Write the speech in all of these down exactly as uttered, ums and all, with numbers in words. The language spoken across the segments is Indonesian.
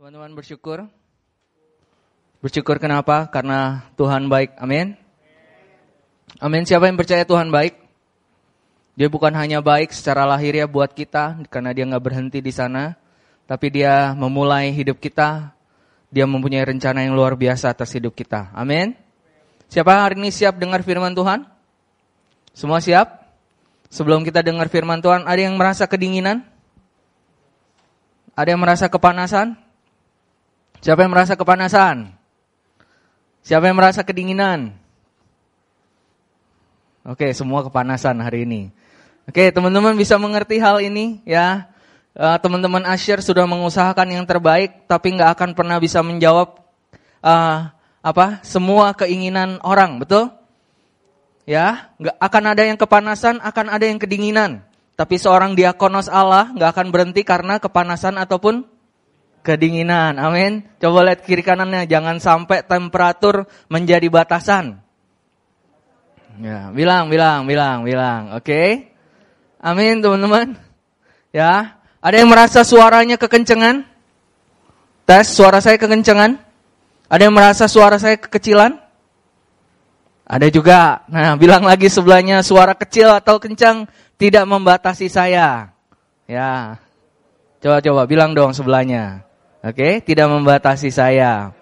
Teman-teman bersyukur. Bersyukur kenapa? Karena Tuhan baik. Amin. Amin. Siapa yang percaya Tuhan baik? Dia bukan hanya baik secara lahiriah buat kita, karena dia gak berhenti di sana. Tapi dia memulai hidup kita. Dia mempunyai rencana yang luar biasa atas hidup kita. Amin. Siapa hari ini siap dengar firman Tuhan? Semua siap? Sebelum kita dengar firman Tuhan, ada yang merasa kedinginan? Ada yang merasa kepanasan? Siapa yang merasa kepanasan? Siapa yang merasa kedinginan? Oke, semua kepanasan hari ini. Oke, teman-teman bisa mengerti hal ini ya. Uh, teman-teman Asyir sudah mengusahakan yang terbaik, tapi nggak akan pernah bisa menjawab uh, apa semua keinginan orang, betul? Ya, nggak akan ada yang kepanasan, akan ada yang kedinginan. Tapi seorang diakonos Allah nggak akan berhenti karena kepanasan ataupun kedinginan. Amin. Coba lihat kiri kanannya, jangan sampai temperatur menjadi batasan. Ya, bilang, bilang, bilang, bilang. Oke. Okay. Amin, teman-teman. Ya, ada yang merasa suaranya kekencengan? Tes, suara saya kekencengan? Ada yang merasa suara saya kekecilan? Ada juga. Nah, bilang lagi sebelahnya, suara kecil atau kencang tidak membatasi saya. Ya. Coba-coba bilang dong sebelahnya. Oke, okay? Tidak membatasi saya.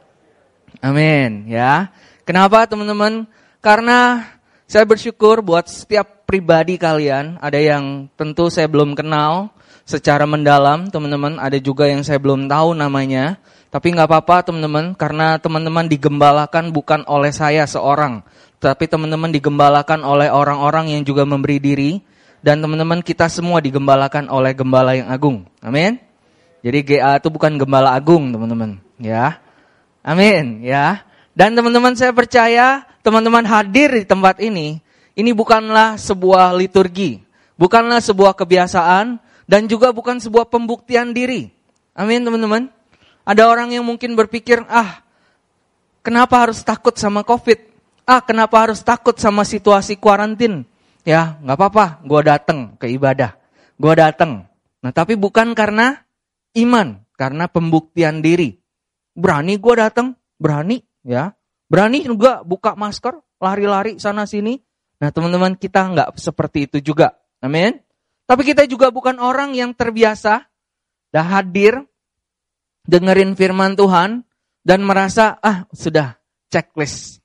Amin, ya. Kenapa teman-teman? Karena saya bersyukur buat setiap pribadi kalian. Ada yang tentu saya belum kenal secara mendalam, teman-teman. Ada juga yang saya belum tahu namanya. Tapi gak apa-apa teman-teman, karena teman-teman digembalakan bukan oleh saya seorang. Tapi teman-teman digembalakan oleh orang-orang yang juga memberi diri. Dan teman-teman kita semua digembalakan oleh Gembala yang agung. Amin. Jadi G A itu bukan Gembala agung, teman-teman, ya. Amin, ya. Dan teman-teman saya percaya, teman-teman hadir di tempat ini, ini bukanlah sebuah liturgi, bukanlah sebuah kebiasaan, dan juga bukan sebuah pembuktian diri. Amin, teman-teman. Ada orang yang mungkin berpikir, ah, kenapa harus takut sama COVID? Ah, kenapa harus takut sama situasi kuarantin? Ya, gak apa-apa, gue datang ke ibadah. Gue datang. Nah, tapi bukan karena iman, karena pembuktian diri. Berani gue datang, berani, ya. Berani juga buka masker, lari-lari sana-sini. Nah, teman-teman, kita gak seperti itu juga. Amin. Tapi kita juga bukan orang yang terbiasa dah hadir, dengerin firman Tuhan, dan merasa, ah, sudah checklist.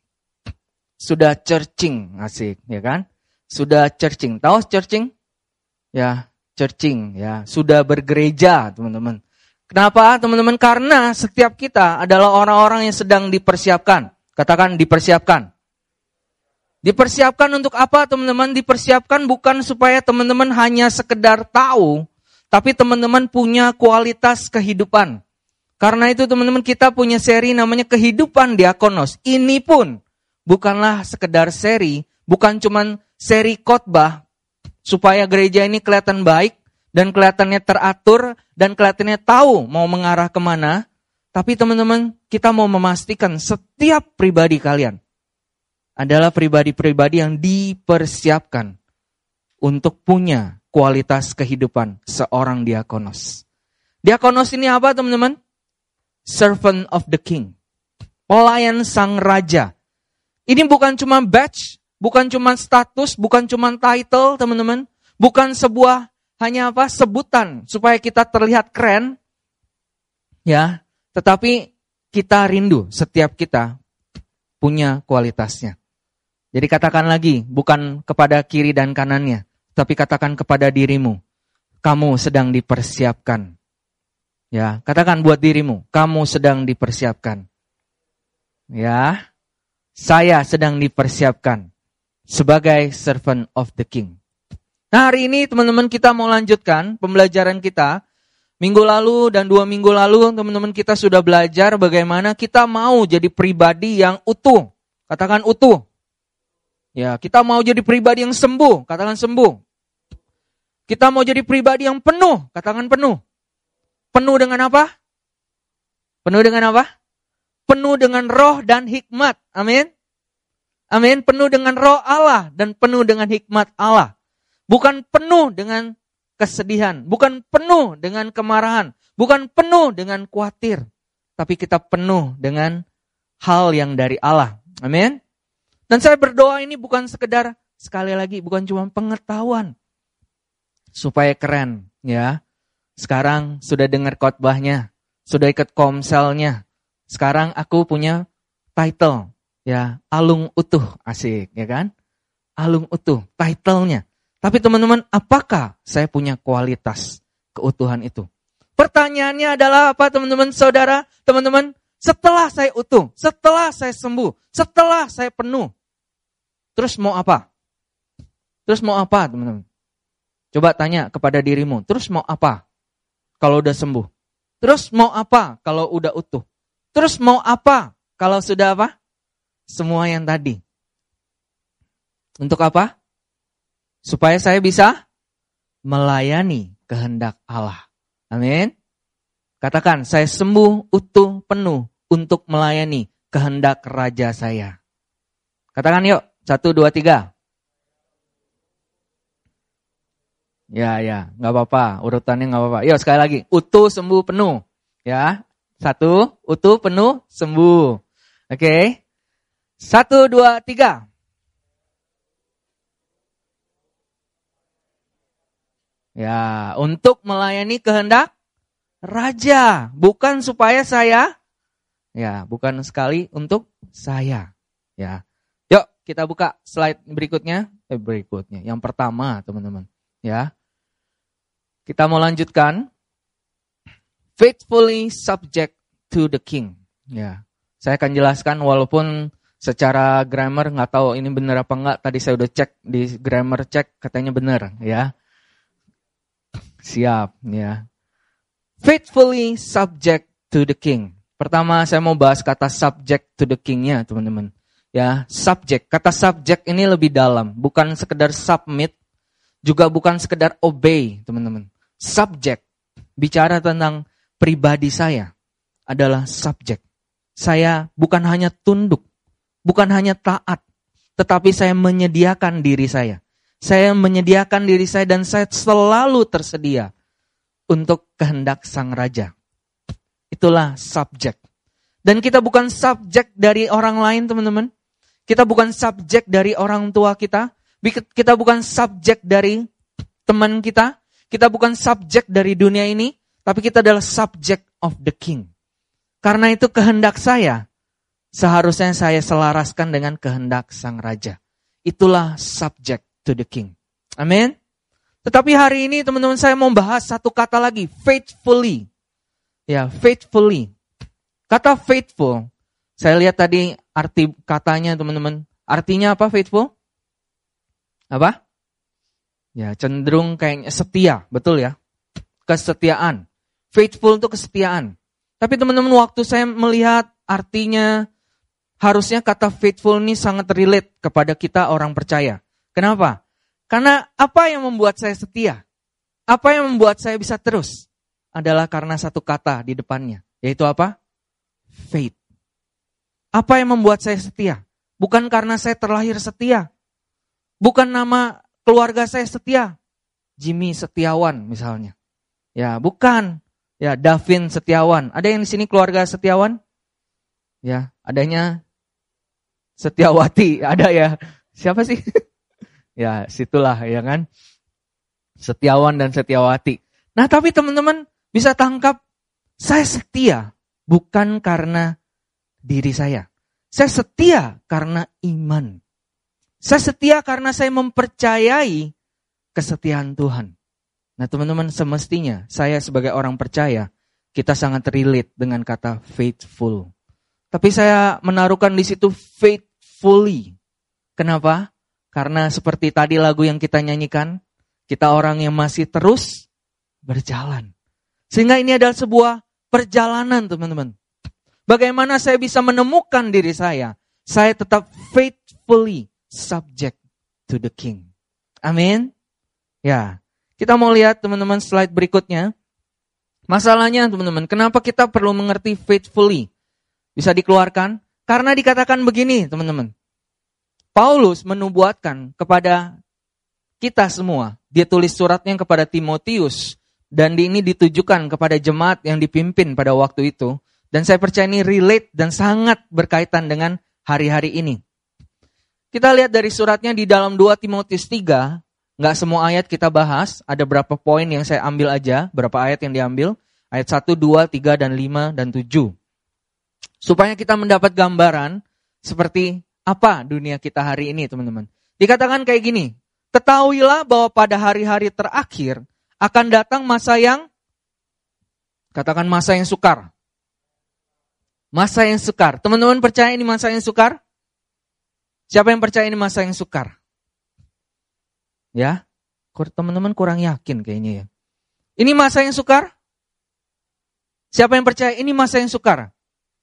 Sudah searching, asik, ya kan? Sudah searching. Tahu searching? Ya, searching, ya. Sudah bergereja, teman-teman. Kenapa, teman-teman? Karena setiap kita adalah orang-orang yang sedang dipersiapkan. Katakan dipersiapkan. Dipersiapkan untuk apa, teman-teman? Dipersiapkan bukan supaya teman-teman hanya sekedar tahu, tapi teman-teman punya kualitas kehidupan. Karena itu, teman-teman, kita punya seri namanya Kehidupan Diakonos. Ini pun bukanlah sekedar seri, bukan cuman seri khotbah supaya gereja ini kelihatan baik dan kelihatannya teratur dan kelihatannya tahu mau mengarah kemana. Tapi teman-teman, kita mau memastikan setiap pribadi kalian adalah pribadi-pribadi yang dipersiapkan untuk punya kualitas kehidupan seorang diakonos. Diakonos ini apa, teman-teman? Servant of the King. Pelayan sang raja. Ini bukan cuma badge, bukan cuma status, bukan cuma title, teman-teman. Bukan sebuah hanya apa? Sebutan supaya kita terlihat keren. Ya, tetapi kita rindu setiap kita punya kualitasnya. Jadi katakan lagi, bukan kepada kiri dan kanannya, tapi katakan kepada dirimu, kamu sedang dipersiapkan. Ya, katakan buat dirimu, kamu sedang dipersiapkan. Ya, saya sedang dipersiapkan sebagai servant of the King. Nah, hari ini teman-teman kita mau lanjutkan pembelajaran kita. Minggu lalu dan dua minggu lalu teman-teman kita sudah belajar bagaimana kita mau jadi pribadi yang utuh. Katakan utuh. Ya, kita mau jadi pribadi yang sembuh. Katakan sembuh. Kita mau jadi pribadi yang penuh. Katakan penuh. Penuh dengan apa? Penuh dengan apa? Penuh dengan roh dan hikmat. Amin. Amin. Penuh dengan roh Allah dan penuh dengan hikmat Allah. Bukan penuh dengan kesedihan, bukan penuh dengan kemarahan, Bukan penuh dengan khawatir, tapi kita penuh dengan hal yang dari Allah. Amin. Dan saya berdoa ini bukan sekedar, sekali lagi, bukan cuma pengetahuan. Supaya keren, ya. Sekarang sudah dengar khotbahnya, sudah ikut komselnya. Sekarang aku punya title, ya, alung utuh, asik, ya kan? Alung utuh, titlenya. Tapi teman-teman, apakah saya punya kualitas keutuhan itu? Pertanyaannya adalah apa teman-teman, saudara, teman-teman? Setelah saya utuh, setelah saya sembuh, setelah saya penuh, terus mau apa? Terus mau apa teman-teman? Coba tanya kepada dirimu, terus mau apa kalau udah sembuh? Terus mau apa kalau udah utuh? Terus mau apa kalau sudah apa? Semua yang tadi. Untuk apa? Supaya saya bisa melayani kehendak Allah. Amin. Katakan, saya sembuh, utuh, penuh untuk melayani kehendak Raja saya. Katakan yuk, satu, dua, tiga. Ya, ya, gak apa-apa, urutannya gak apa-apa. Yuk, sekali lagi, utuh, sembuh, penuh. Ya, satu, utuh, penuh, sembuh. Oke. Satu, dua, tiga. Ya, untuk melayani kehendak Raja, bukan supaya saya, ya, bukan sekali untuk saya, ya. Yuk, kita buka slide berikutnya, eh berikutnya, yang pertama, teman-teman, ya. Kita mau lanjutkan, faithfully subject to the king, ya. Saya akan jelaskan walaupun secara grammar nggak tahu ini benar apa enggak. Tadi saya udah cek di grammar check, katanya benar, ya. Siap, ya. Faithfully subject to the king. Pertama saya mau bahas kata subject to the king-nya, teman-teman. Ya, subject. Kata subject ini lebih dalam, bukan sekedar submit, juga bukan sekedar obey, teman-teman. Subject bicara tentang pribadi saya adalah subject. Saya bukan hanya tunduk, bukan hanya taat, tetapi saya menyediakan diri saya. Saya menyediakan diri saya dan saya selalu tersedia untuk kehendak Sang Raja. Itulah subjek. Dan kita bukan subjek dari orang lain, teman-teman. Kita bukan subjek dari orang tua kita. Kita bukan subjek dari teman kita. Kita bukan subjek dari dunia ini. Tapi kita adalah subject of the king. Karena itu kehendak saya, seharusnya saya selaraskan dengan kehendak Sang Raja. Itulah subject to the king. Amin. Tetapi hari ini teman-teman saya mau bahas satu kata lagi, faithfully. Ya, faithfully. Kata faithful, saya lihat tadi arti katanya teman-teman. Artinya apa faithful? Apa? Ya, cenderung kayaknya setia, betul ya? Kesetiaan. Faithful itu kesetiaan. Tapi teman-teman waktu saya melihat artinya, harusnya kata faithful ini sangat relate kepada kita orang percaya. Kenapa? Karena apa yang membuat saya setia? Apa yang membuat saya bisa terus? Adalah karena satu kata di depannya. Yaitu apa? Faith. Apa yang membuat saya setia? Bukan karena saya terlahir setia. Bukan nama keluarga saya setia. Jimmy Setiawan misalnya. Ya, bukan. Ya, Davin Setiawan. Ada yang di sini keluarga Setiawan? Ya, adanya Setiawati. Ada ya. Siapa sih? Ya, situlah ya kan. Setiawan dan Setiawati. Nah, tapi teman-teman bisa tangkap, saya setia bukan karena diri saya. Saya setia karena iman. Saya setia karena saya mempercayai kesetiaan Tuhan. Nah, teman-teman, semestinya saya sebagai orang percaya, kita sangat relate dengan kata faithful. Tapi saya menaruhkan di situ faithfully. Kenapa? Karena seperti tadi lagu yang kita nyanyikan, kita orang yang masih terus berjalan. Sehingga ini adalah sebuah perjalanan, teman-teman. Bagaimana saya bisa menemukan diri saya? Saya tetap faithfully subject to the king. Amin. Ya, kita mau lihat teman-teman slide berikutnya. Masalahnya teman-teman, kenapa kita perlu mengerti faithfully? Bisa dikeluarkan? Karena dikatakan begini, teman-teman. Paulus menubuatkan kepada kita semua. Dia tulis suratnya kepada Timotius Dan ini ditujukan kepada jemaat yang dipimpin pada waktu itu. Dan saya percaya ini relate dan sangat berkaitan dengan hari-hari ini. Kita lihat dari suratnya di dalam dua Timotius tiga. Nggak semua ayat kita bahas. Ada berapa poin yang saya ambil aja. Berapa ayat yang diambil. Ayat satu, dua, tiga, dan lima, dan tujuh. Supaya kita mendapat gambaran seperti apa dunia kita hari ini, teman-teman. Dikatakan kayak gini. Ketahuilah bahwa pada hari-hari terakhir akan datang masa yang, katakan masa yang sukar. Masa yang sukar. Teman-teman percaya ini masa yang sukar? Siapa yang percaya ini masa yang sukar? Ya, teman-teman kurang yakin kayaknya ya. Ini masa yang sukar? Siapa yang percaya ini masa yang sukar?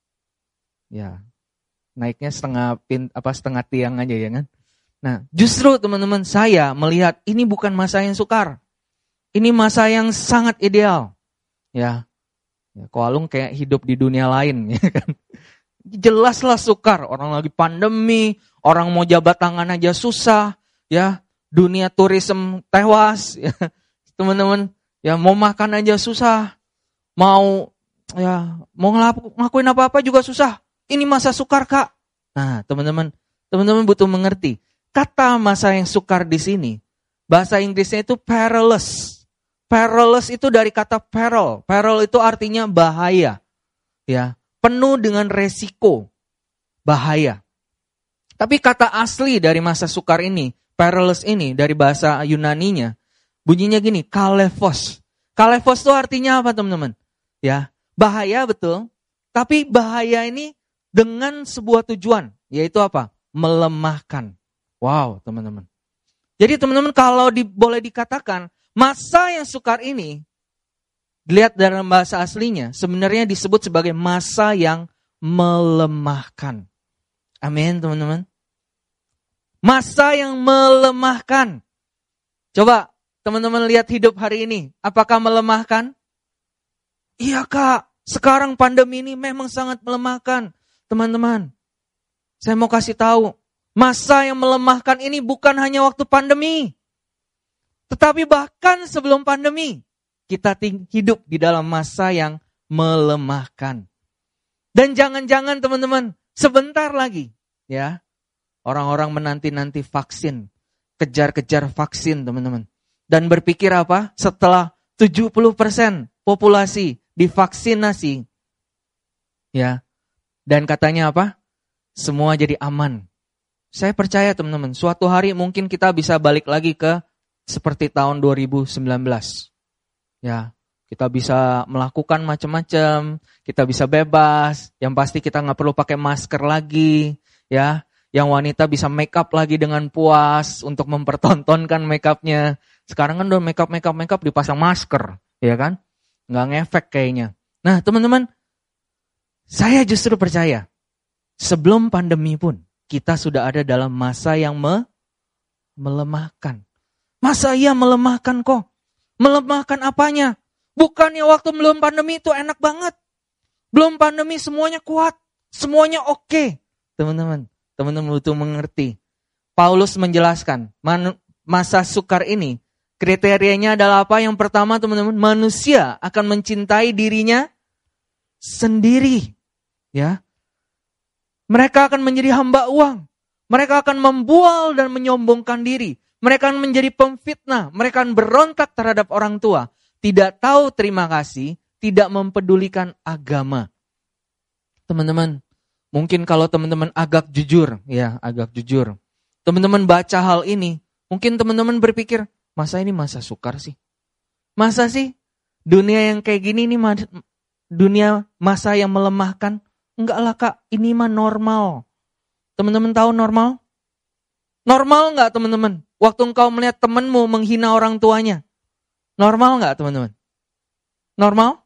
Ya, naiknya setengah pin, apa setengah tiang aja ya kan? Nah, justru teman-teman saya melihat ini bukan masa yang sukar. Ini masa yang sangat ideal. Ya, ya Koalung kayak hidup di dunia lain ya kan. Jelaslah sukar, orang lagi pandemi, orang mau jabat tangan aja susah, ya. Dunia turisme tewas, ya. Teman-teman, ya mau makan aja susah. Mau ya, mau ngelakuin apa-apa juga susah. Ini masa sukar, Kak. Nah, teman-teman, teman-teman butuh mengerti. Kata masa yang sukar di sini, bahasa Inggrisnya itu perilous. Perilous itu dari kata peril. Peril itu artinya bahaya. Ya, penuh dengan resiko, bahaya. Tapi kata asli dari masa sukar ini, perilous ini dari bahasa Yunaninya, bunyinya gini, kalefos. Kalefos itu artinya apa, teman-teman? Ya, bahaya betul. Tapi bahaya ini dengan sebuah tujuan, yaitu apa? Melemahkan. Wow, teman-teman. Jadi teman-teman kalau di, boleh dikatakan, masa yang sukar ini, dilihat dalam bahasa aslinya, sebenarnya disebut sebagai masa yang melemahkan. Amin, teman-teman. Masa yang melemahkan. Coba teman-teman lihat hidup hari ini, apakah melemahkan? Iya, Kak, sekarang pandemi ini memang sangat melemahkan. Teman-teman, saya mau kasih tahu, masa yang melemahkan ini bukan hanya waktu pandemi. Tetapi bahkan sebelum pandemi, kita hidup di dalam masa yang melemahkan. Dan jangan-jangan teman-teman, sebentar lagi, ya, orang-orang menanti-nanti vaksin, kejar-kejar vaksin teman-teman. Dan berpikir apa? Setelah tujuh puluh persen populasi divaksinasi, ya, dan katanya apa? Semua jadi aman. Saya percaya teman-teman, suatu hari mungkin kita bisa balik lagi ke seperti tahun dua ribu sembilan belas. Ya, kita bisa melakukan macam-macam, kita bisa bebas, yang pasti kita nggak perlu pakai masker lagi, ya. Yang wanita bisa make up lagi dengan puas untuk mempertontonkan make upnya. Sekarang kan udah make up, make up, make up dipasang masker, ya kan? Nggak ngefek kayaknya. Nah teman-teman, saya justru percaya, sebelum pandemi pun, kita sudah ada dalam masa yang me- melemahkan. Masa iya melemahkan kok? Melemahkan apanya? Bukannya waktu belum pandemi itu enak banget. Belum pandemi semuanya kuat, semuanya oke. Teman-teman, teman-teman butuh mengerti. Paulus menjelaskan, man- masa sukar ini, kriterianya adalah apa? Yang pertama teman-teman, manusia akan mencintai dirinya sendiri. Ya, mereka akan menjadi hamba uang. Mereka akan membual dan menyombongkan diri. Mereka akan menjadi pemfitnah. Mereka akan berontak terhadap orang tua. Tidak tahu terima kasih. Tidak mempedulikan agama. Teman-teman, mungkin kalau teman-teman agak jujur. Ya, agak jujur. Teman-teman baca hal ini. Mungkin teman-teman berpikir, masa ini masa sukar sih? Masa sih? Dunia yang kayak gini ini dunia masa yang melemahkan? Enggak lah Kak, ini mah normal. Teman-teman tahu normal? Normal enggak teman-teman? Waktu engkau melihat temanmu menghina orang tuanya. Normal enggak teman-teman? Normal?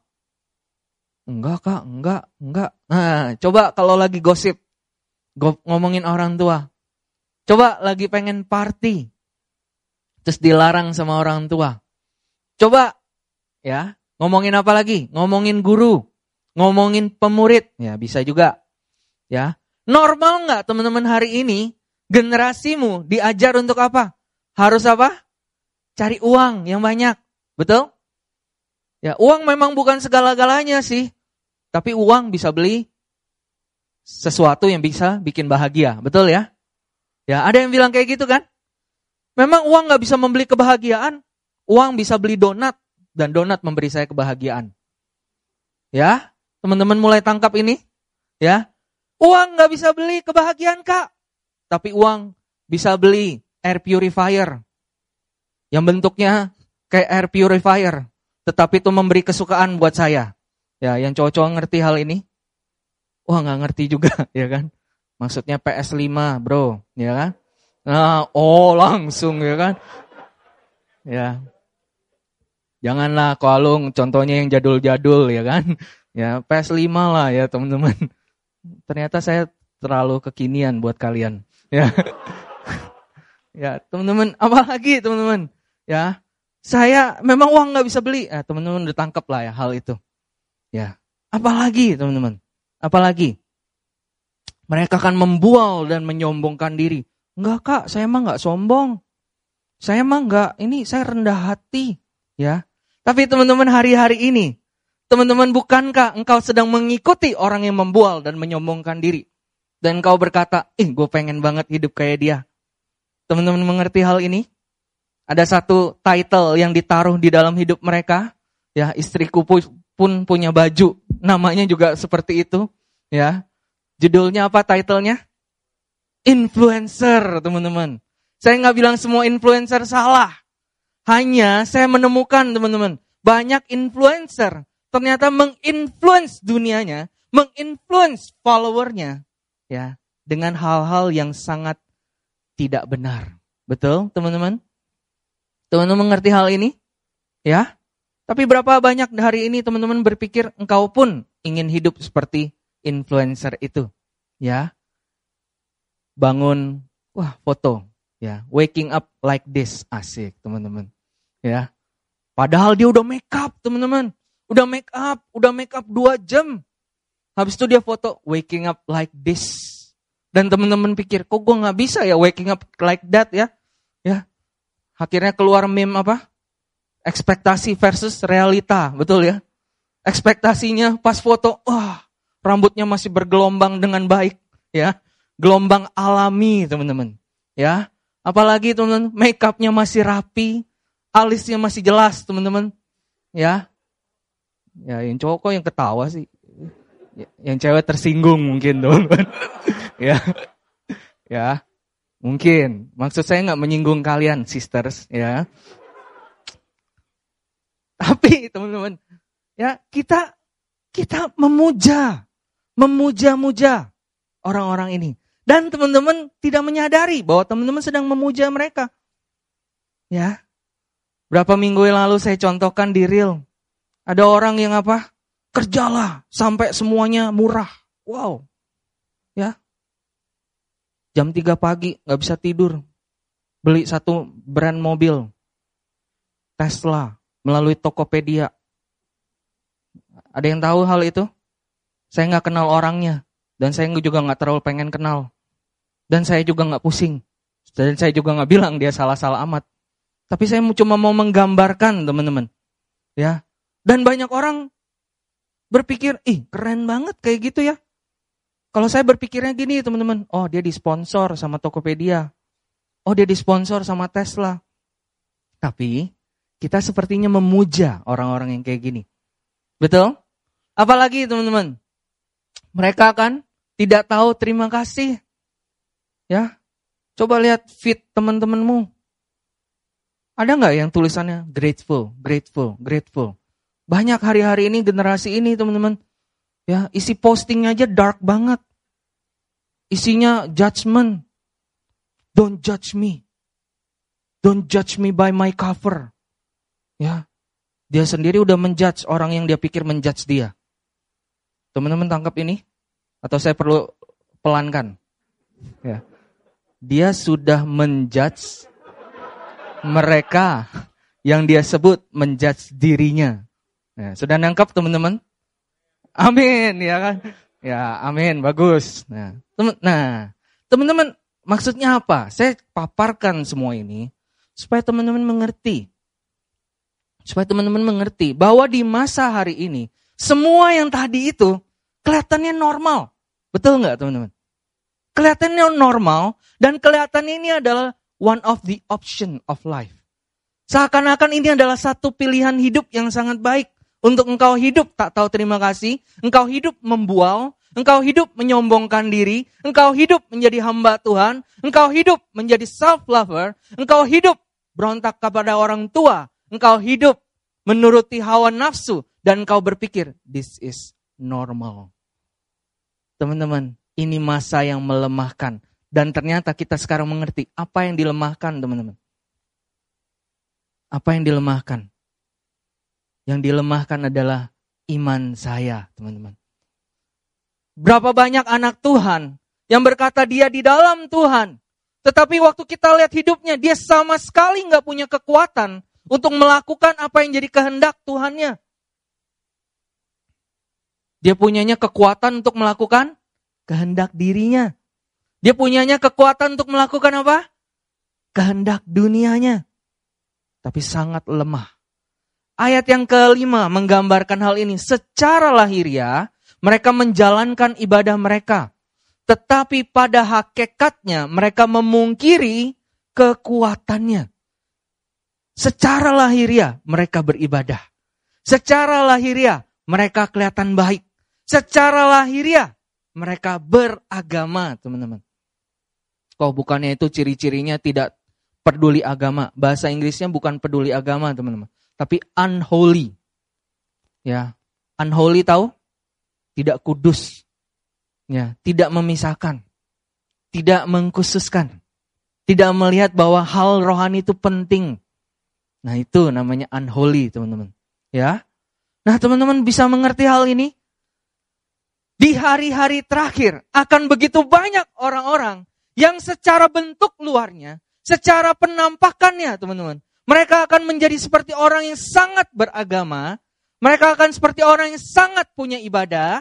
Enggak Kak, enggak, enggak. Nah, coba kalau lagi gosip, ngomongin orang tua. Coba lagi pengen party, terus dilarang sama orang tua. Coba, ya, ngomongin apa lagi? Ngomongin guru. Ngomongin pemurid, ya bisa juga. Ya, normal nggak teman-teman hari ini generasimu diajar untuk apa? Harus apa? Cari uang yang banyak, betul? Ya, uang memang bukan segala-galanya sih. Tapi uang bisa beli sesuatu yang bisa bikin bahagia. Betul ya? Ya, ada yang bilang kayak gitu kan? Memang uang gak bisa membeli kebahagiaan. Uang bisa beli donat. Dan donat memberi saya kebahagiaan. Ya, teman-teman mulai tangkap ini. Ya, uang gak bisa beli kebahagiaan kak. Tapi uang bisa beli air purifier. Yang bentuknya kayak air purifier. Tetapi itu memberi kesukaan buat saya. Ya, yang cowok-cowok ngerti hal ini? Wah, nggak ngerti juga, ya kan? Maksudnya P S lima, bro, ya kan? Nah, oh langsung, ya kan? Ya, janganlah kalung, contohnya yang jadul-jadul, ya kan? Ya, P S lima lah ya teman-teman. Ternyata saya terlalu kekinian buat kalian. Ya, ya teman-teman, apa lagi teman-teman? Ya. Saya memang uang gak bisa beli. Eh, teman-teman udah tangkap lah ya hal itu. Ya, apalagi teman-teman? Apalagi? Mereka akan membual dan menyombongkan diri. Enggak kak, saya mah gak sombong. Saya mah gak, ini saya rendah hati. Ya, tapi teman-teman hari-hari ini, teman-teman bukankah engkau sedang mengikuti orang yang membual dan menyombongkan diri? Dan engkau berkata, ih gue pengen banget hidup kayak dia. Teman-teman mengerti hal ini? Ada satu title yang ditaruh di dalam hidup mereka. Ya, istriku pun punya baju. Namanya juga seperti itu. Ya, judulnya apa titlenya? Influencer, teman-teman. Saya nggak bilang semua influencer salah. Hanya saya menemukan, teman-teman, banyak influencer ternyata menginfluence dunianya, menginfluence followernya, ya, dengan hal-hal yang sangat tidak benar. Betul, teman-teman? Teman-teman mengerti hal ini? Ya? Tapi berapa banyak hari ini teman-teman berpikir engkau pun ingin hidup seperti influencer itu? Ya? Bangun, wah foto. Ya, waking up like this. Asik teman-teman. Ya? Padahal dia udah make up teman-teman. Udah make up, udah make up dua jam. Habis itu dia foto waking up like this. Dan teman-teman pikir, kok gue gak bisa ya waking up like that ya? Ya. Akhirnya keluar meme apa? Ekspektasi versus realita, betul ya? Ekspektasinya pas foto, wah, rambutnya masih bergelombang dengan baik, ya. Gelombang alami, teman-teman. Ya. Apalagi teman-teman, make up-nya masih rapi, alisnya masih jelas, teman-teman. Ya. Ya, yang cowok kok yang ketawa sih? Yang cewek tersinggung mungkin, teman-teman. Ya. Ya. Mungkin, maksud saya nggak menyinggung kalian, sisters, ya. Tapi teman-teman, ya kita kita memuja, memuja-muja orang-orang ini, dan teman-teman tidak menyadari bahwa teman-teman sedang memuja mereka. Ya, berapa minggu yang lalu saya contohkan di reel, ada orang yang apa? Kerjalah sampai semuanya murah, wow, ya. Jam tiga pagi gak bisa tidur. Beli satu brand mobil. Tesla. Melalui Tokopedia. Ada yang tahu hal itu? Saya gak kenal orangnya. Dan saya juga gak terlalu pengen kenal. Dan saya juga gak pusing. Dan saya juga gak bilang dia salah-salah amat. Tapi saya cuma mau menggambarkan teman-teman. Ya. Dan banyak orang berpikir, ih keren banget kayak gitu ya. Kalau saya berpikirnya gini teman-teman, oh dia disponsor sama Tokopedia, oh dia disponsor sama Tesla. Tapi kita sepertinya memuja orang-orang yang kayak gini. Betul? Apalagi teman-teman, mereka kan tidak tahu terima kasih. Ya, coba lihat feed teman-temanmu. Ada nggak yang tulisannya grateful, grateful, grateful? Banyak hari-hari ini generasi ini teman-teman. Ya, isi postingnya aja dark banget. Isinya judgment. Don't judge me. Don't judge me by my cover. Ya. Dia sendiri udah menjudge orang yang dia pikir menjudge dia. Teman-teman tangkap ini? Atau saya perlu pelankan? Ya. Dia sudah menjudge mereka yang dia sebut menjudge dirinya. Ya, sudah nangkap teman-teman? Amin, ya kan? Ya, amin, bagus. Nah, teman, nah, teman-teman, maksudnya apa? Saya paparkan semua ini supaya teman-teman mengerti. Supaya teman-teman mengerti bahwa di masa hari ini, semua yang tadi itu kelihatannya normal. Betul nggak teman-teman? Kelihatannya normal dan kelihatannya ini adalah one of the option of life. Seakan-akan ini adalah satu pilihan hidup yang sangat baik. Untuk engkau hidup tak tahu terima kasih, engkau hidup membual, engkau hidup menyombongkan diri, engkau hidup menjadi hamba Tuhan, engkau hidup menjadi self-lover, engkau hidup berontak kepada orang tua, engkau hidup menuruti hawa nafsu, dan engkau berpikir, this is normal. Teman-teman, ini masa yang melemahkan. Dan ternyata kita sekarang mengerti apa yang dilemahkan, teman-teman. Apa yang dilemahkan? Yang dilemahkan adalah iman saya, teman-teman. Berapa banyak anak Tuhan yang berkata dia di dalam Tuhan. Tetapi waktu kita lihat hidupnya, dia sama sekali gak punya kekuatan untuk melakukan apa yang jadi kehendak Tuhannya. Dia punyanya kekuatan untuk melakukan kehendak dirinya. Dia punyanya kekuatan untuk melakukan apa? Kehendak dunianya. Tapi sangat lemah. Ayat yang kelima menggambarkan hal ini. Secara lahiriah, mereka menjalankan ibadah mereka. Tetapi pada hakikatnya mereka memungkiri kekuatannya. Secara lahiriah mereka beribadah. Secara lahiriah mereka kelihatan baik. Secara lahiriah mereka beragama, teman-teman. Kok bukannya itu ciri-cirinya tidak peduli agama. Bahasa Inggrisnya bukan peduli agama, teman-teman. Tapi unholy. Ya, unholy tahu? Tidak kudus. Ya, tidak memisahkan. Tidak mengkhususkan. Tidak melihat bahwa hal rohani itu penting. Nah, itu namanya unholy, teman-teman. Ya. Nah, teman-teman bisa mengerti hal ini? Di hari-hari terakhir akan begitu banyak orang-orang yang secara bentuk luarnya, secara penampakannya, teman-teman, mereka akan menjadi seperti orang yang sangat beragama, mereka akan seperti orang yang sangat punya ibadah,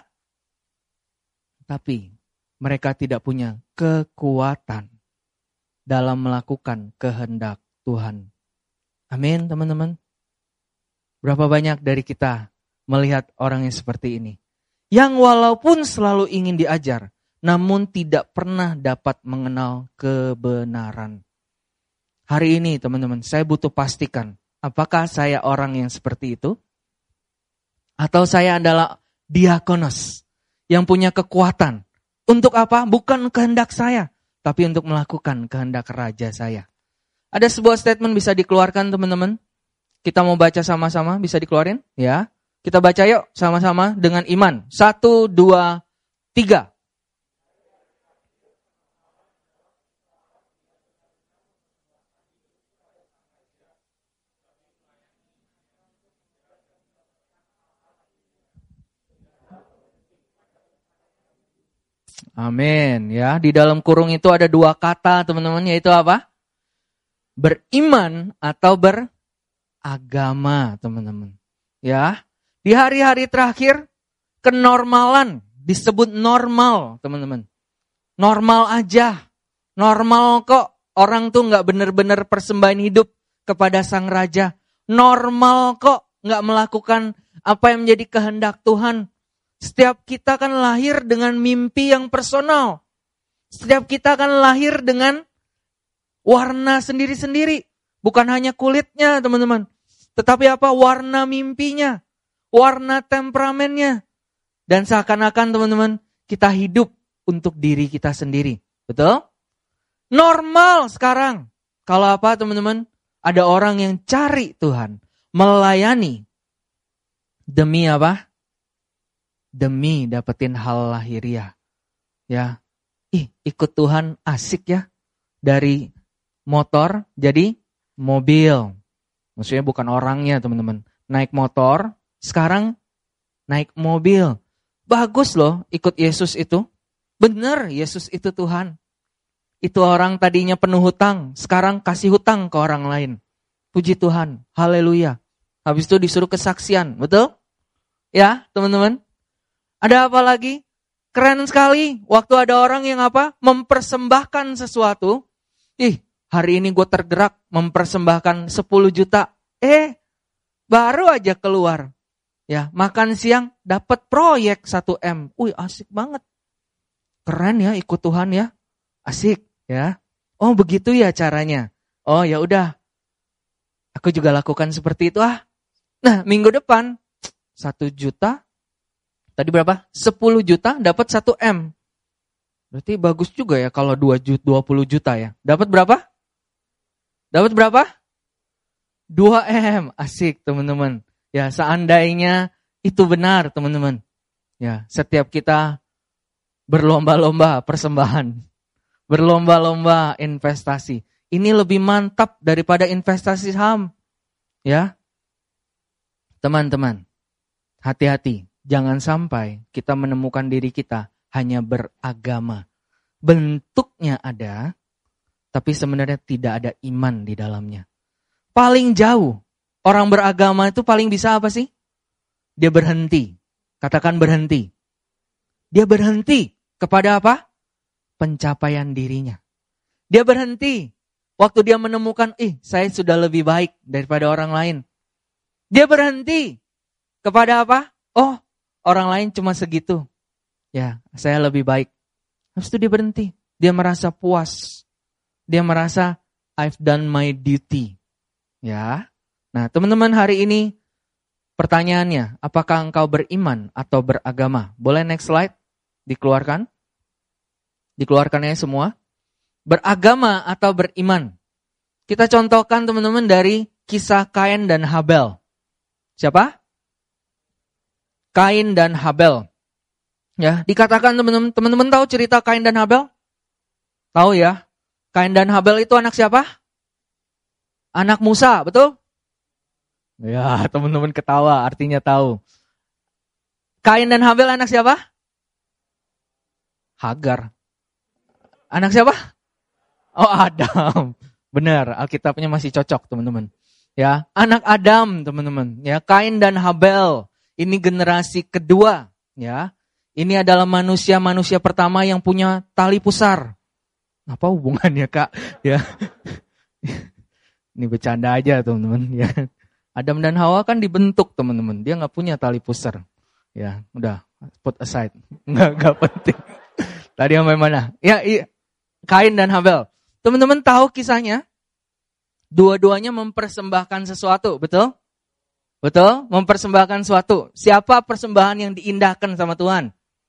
tapi mereka tidak punya kekuatan dalam melakukan kehendak Tuhan. Amin, teman-teman. Berapa banyak dari kita melihat orang yang seperti ini, yang walaupun selalu ingin diajar, namun tidak pernah dapat mengenal kebenaran. Hari ini teman-teman, saya butuh pastikan, apakah saya orang yang seperti itu? Atau saya adalah diakonos, yang punya kekuatan. Untuk apa? Bukan kehendak saya, tapi untuk melakukan kehendak raja saya. Ada sebuah statement bisa dikeluarkan teman-teman. Kita mau baca sama-sama, bisa dikeluarin? Ya. Kita baca yuk sama-sama dengan iman. Satu, dua, tiga. Amin. Ya, di dalam kurung itu ada dua kata teman-teman, yaitu apa? Beriman atau beragama, teman-teman. Ya, di hari-hari terakhir kenormalan disebut normal, teman-teman. Normal aja, normal kok. Orang tuh nggak benar-benar persembahan hidup kepada sang raja. Normal kok nggak melakukan apa yang menjadi kehendak Tuhan. Setiap kita kan lahir dengan mimpi yang personal. Setiap kita kan lahir dengan warna sendiri-sendiri. Bukan hanya kulitnya, teman-teman. Tetapi apa? Warna mimpinya. Warna temperamennya. Dan seakan-akan, teman-teman, kita hidup untuk diri kita sendiri. Betul? Normal sekarang. Kalau apa, teman-teman? Ada orang yang cari Tuhan. Melayani. Demi apa? Demi dapetin hal lahiriah. Ya. Ih, ikut Tuhan asik ya. Dari motor jadi mobil. Maksudnya bukan orangnya, teman-teman. Naik motor, sekarang naik mobil. Bagus loh ikut Yesus itu. Benar, Yesus itu Tuhan. Itu orang tadinya penuh hutang, sekarang kasih hutang ke orang lain. Puji Tuhan, haleluya. Habis itu disuruh kesaksian, betul? Ya, teman-teman. Ada apa lagi? Keren sekali, waktu ada orang yang apa? Mempersembahkan sesuatu. Ih, hari ini gue tergerak mempersembahkan sepuluh juta. Eh, baru aja keluar. Ya, makan siang dapat proyek satu M. Wih, asik banget. Keren ya ikut Tuhan ya. Asik ya. Oh, begitu ya caranya. Oh, ya udah. Aku juga lakukan seperti itu ah. Nah, minggu depan satu juta. Tadi berapa? sepuluh juta dapat satu M. Berarti bagus juga ya kalau dua juta, dua puluh juta ya. Dapat berapa? Dapat berapa? dua M. Asik, teman-teman. Ya, seandainya itu benar, teman-teman. Ya, setiap kita berlomba-lomba persembahan, berlomba-lomba investasi. Ini lebih mantap daripada investasi saham. Ya. Teman-teman, hati-hati. Jangan sampai kita menemukan diri kita hanya beragama. Bentuknya ada, tapi sebenarnya tidak ada iman di dalamnya. Paling jauh, orang beragama itu paling bisa apa sih? Dia berhenti. Katakan berhenti. Dia berhenti kepada apa? Pencapaian dirinya. Dia berhenti waktu dia menemukan, ih saya sudah lebih baik daripada orang lain. Dia berhenti kepada apa? Oh, orang lain cuma segitu. Ya, saya lebih baik. Habis itu dia berhenti. Dia merasa puas. Dia merasa, I've done my duty. Ya. Nah, teman-teman hari ini pertanyaannya, apakah engkau beriman atau beragama? Boleh next slide? Dikeluarkan. Dikeluarkannya semua. Beragama atau beriman? Kita contohkan teman-teman dari kisah Kain dan Habel. Siapa? Kain dan Habel. Ya, dikatakan teman-teman, teman-teman tahu cerita Kain dan Habel? Tahu ya? Kain dan Habel itu anak siapa? Anak Musa, betul? Ya, teman-teman ketawa, artinya tahu. Kain dan Habel anak siapa? Hagar. Anak siapa? Oh, Adam. Benar, Alkitabnya masih cocok, teman-teman. Ya, anak Adam, teman-teman. Ya, Kain dan Habel. Ini generasi kedua, ya. Ini adalah manusia-manusia pertama yang punya tali pusar. Apa hubungannya, Kak? Ya. Ini bercanda aja, teman-teman, ya. Adam dan Hawa kan dibentuk, teman-teman. Dia nggak punya tali pusar. Ya, udah put aside. Nggak nggak penting. Tadi sampai mana? Ya, iya. Kain dan Habel. Teman-teman tahu kisahnya? Dua-duanya mempersembahkan sesuatu, betul? Betul? Mempersembahkan sesuatu. Siapa persembahan yang diindahkan sama Tuhan?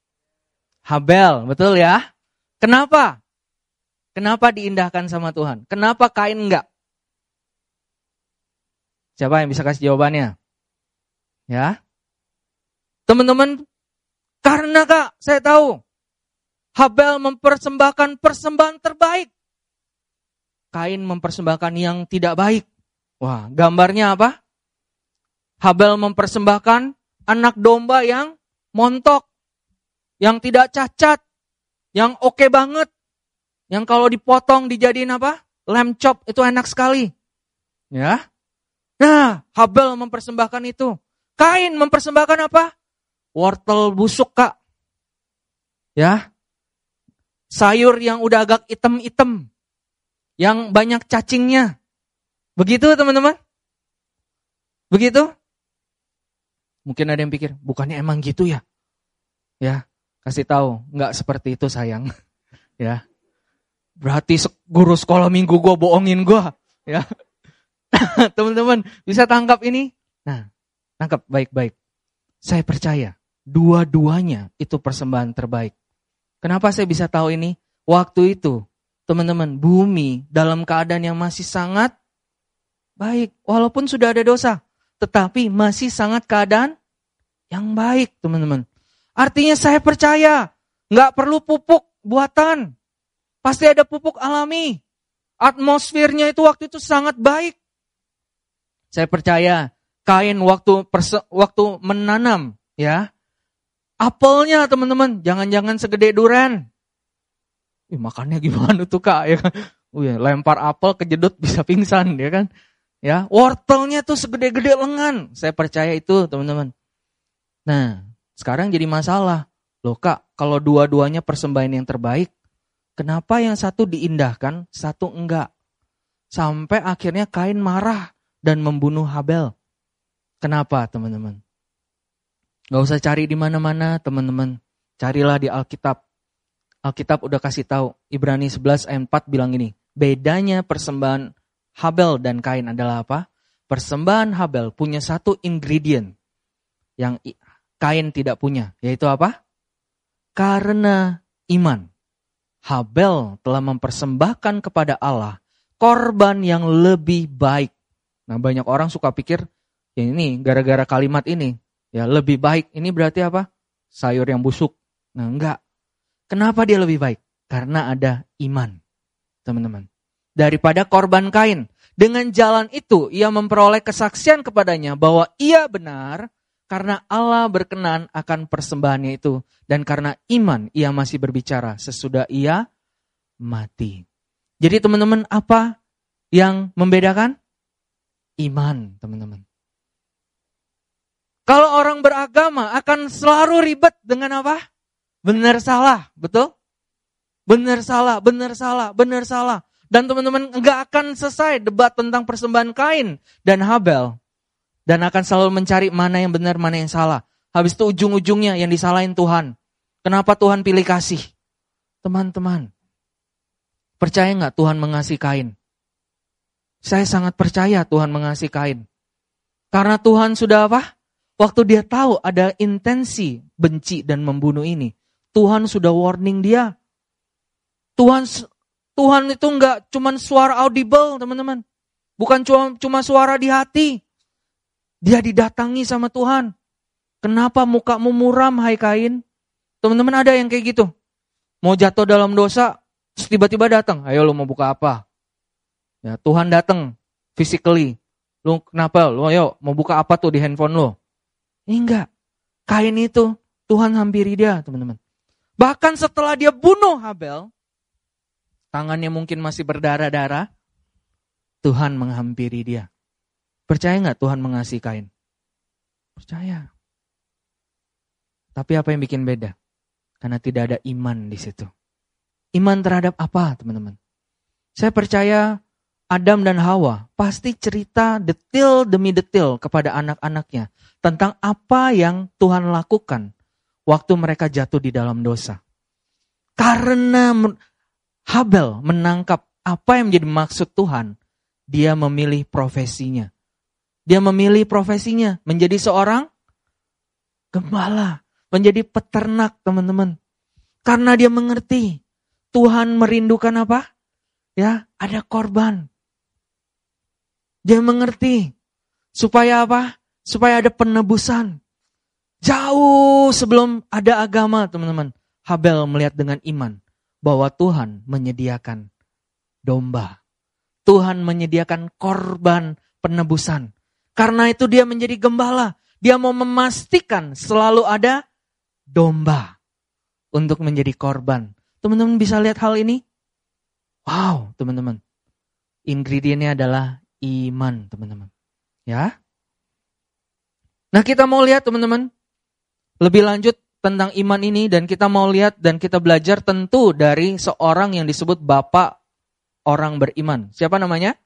Habel, betul ya? Kenapa? Kenapa diindahkan sama Tuhan? Kenapa Kain enggak? Siapa yang bisa kasih jawabannya? Ya? Teman-teman, karena Kak, saya tahu Habel mempersembahkan persembahan terbaik. Kain mempersembahkan yang tidak baik. Wah, gambarnya apa? Habel mempersembahkan anak domba yang montok, yang tidak cacat, yang oke banget, yang kalau dipotong dijadiin apa? Lamb chop, itu enak sekali. Ya. Nah, Habel mempersembahkan itu. Kain mempersembahkan apa? Wortel busuk, Kak. Ya. Sayur yang udah agak item-item, yang banyak cacingnya. Begitu, teman-teman? Begitu? Mungkin ada yang pikir, bukannya emang gitu ya? Ya, kasih tahu, enggak seperti itu sayang. Ya. Berarti guru sekolah minggu gue bohongin gue. Ya. Teman-teman, bisa tangkap ini? Nah, tangkap baik-baik. Saya percaya, dua-duanya itu persembahan terbaik. Kenapa saya bisa tahu ini? Waktu itu, teman-teman, bumi dalam keadaan yang masih sangat baik. Walaupun sudah ada dosa, tetapi masih sangat keadaan yang baik, teman-teman. Artinya saya percaya, nggak perlu pupuk buatan. Pasti ada pupuk alami. Atmosfernya itu waktu itu sangat baik. Saya percaya, Kain waktu perse- waktu menanam, ya, apelnya teman-teman, jangan-jangan segede durian. Ih, makannya gimana tuh Kak? Ya kan? Uh, ya, lempar apel kejedot bisa pingsan, ya kan? Ya, wortelnya tuh segede-gede lengan. Saya percaya itu, teman-teman. Nah, sekarang jadi masalah. Loh Kak, kalau dua-duanya persembahan yang terbaik, kenapa yang satu diindahkan, satu enggak? Sampai akhirnya Kain marah dan membunuh Habel. Kenapa teman-teman? Gak usah cari di mana-mana teman-teman. Carilah di Alkitab. Alkitab udah kasih tahu. Ibrani sebelas ayat empat bilang gini. Bedanya persembahan Habel dan Kain adalah apa? Persembahan Habel punya satu ingredient yang Kain tidak punya. Yaitu apa? Karena iman. Habel telah mempersembahkan kepada Allah korban yang lebih baik. Nah, banyak orang suka pikir, ya ini gara-gara kalimat ini, ya lebih baik. Ini berarti apa? Sayur yang busuk. Nah, enggak. Kenapa dia lebih baik? Karena ada iman, teman-teman. Daripada korban Kain. Dengan jalan itu, ia memperoleh kesaksian kepadanya bahwa ia benar karena Allah berkenan akan persembahannya itu. Dan karena iman, ia masih berbicara sesudah ia mati. Jadi teman-teman, apa yang membedakan? Iman, teman-teman. Kalau orang beragama akan selalu ribet dengan apa? Benar salah, betul? Benar salah, benar salah, benar salah. Dan teman-teman enggak akan selesai debat tentang persembahan Kain dan Habel. Dan akan selalu mencari mana yang benar, mana yang salah. Habis itu ujung-ujungnya yang disalahin Tuhan. Kenapa Tuhan pilih kasih? Teman-teman, percaya enggak Tuhan mengasihi Kain? Saya sangat percaya Tuhan mengasihi Kain. Karena Tuhan sudah apa? Waktu dia tahu ada intensi benci dan membunuh ini, Tuhan sudah warning dia. Tuhan Tuhan itu enggak cuma suara audible, teman-teman. Bukan cuma cuma suara di hati. Dia didatangi sama Tuhan. Kenapa mukamu muram, hai Kain? Teman-teman ada yang kayak gitu. Mau jatuh dalam dosa, terus tiba-tiba datang. Ayo lu mau buka apa? Ya, Tuhan datang physically. Lu kenapa? Lu ayo mau buka apa tuh di handphone lu? Enggak. Kain itu Tuhan hampiri dia, teman-teman. Bahkan setelah dia bunuh Habel, tangannya mungkin masih berdarah-darah, Tuhan menghampiri dia. Percaya enggak Tuhan mengasihi Kain? Percaya. Tapi apa yang bikin beda? Karena tidak ada iman di situ. Iman terhadap apa, teman-teman? Saya percaya Adam dan Hawa pasti cerita detail demi detail kepada anak-anaknya tentang apa yang Tuhan lakukan waktu mereka jatuh di dalam dosa. Karena Habel menangkap apa yang menjadi maksud Tuhan, dia memilih profesinya. Dia memilih profesinya menjadi seorang gembala, menjadi peternak, teman-teman. Karena dia mengerti Tuhan merindukan apa? Ya, ada korban. Dia mengerti supaya apa? Supaya ada penebusan. Jauh sebelum ada agama, teman-teman. Habel melihat dengan iman bahwa Tuhan menyediakan domba. Tuhan menyediakan korban penebusan. Karena itu dia menjadi gembala. Dia mau memastikan selalu ada domba untuk menjadi korban. Teman-teman bisa lihat hal ini? Wow, teman-teman. Ingredientnya adalah iman, teman-teman. Ya. Nah, kita mau lihat, teman-teman, lebih lanjut tentang iman ini, dan kita mau lihat dan kita belajar tentu dari seorang yang disebut bapak orang beriman. Siapa namanya?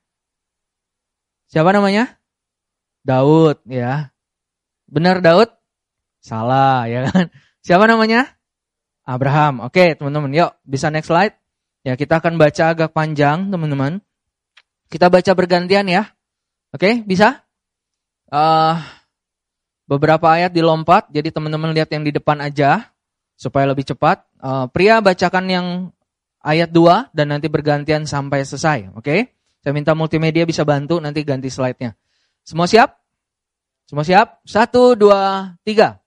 Siapa namanya? Daud, ya. Benar Daud? Salah, ya kan? Siapa namanya? Abraham. Oke, teman-teman, yuk bisa next slide. Ya, kita akan baca agak panjang, teman-teman. Kita baca bergantian ya. Oke, bisa? Uh, beberapa ayat dilompat, jadi teman-teman lihat yang di depan aja supaya lebih cepat. Uh, pria bacakan yang ayat dua dan nanti bergantian sampai selesai. Oke? Saya minta multimedia bisa bantu nanti ganti slide-nya. Semua siap? Semua siap? Satu, dua, tiga.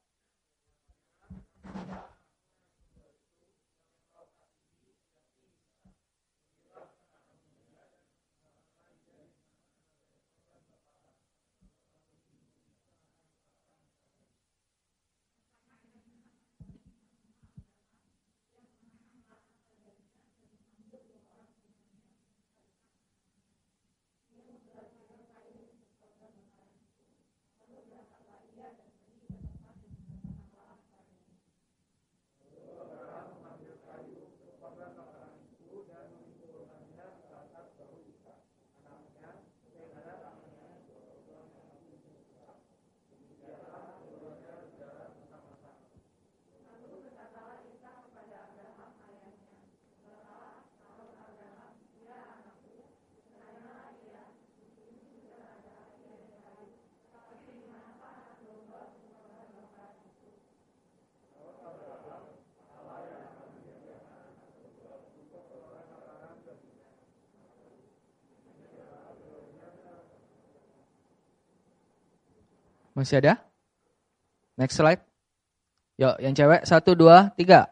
Masih ada? Next slide. Yuk, yang cewek. Satu, dua, tiga.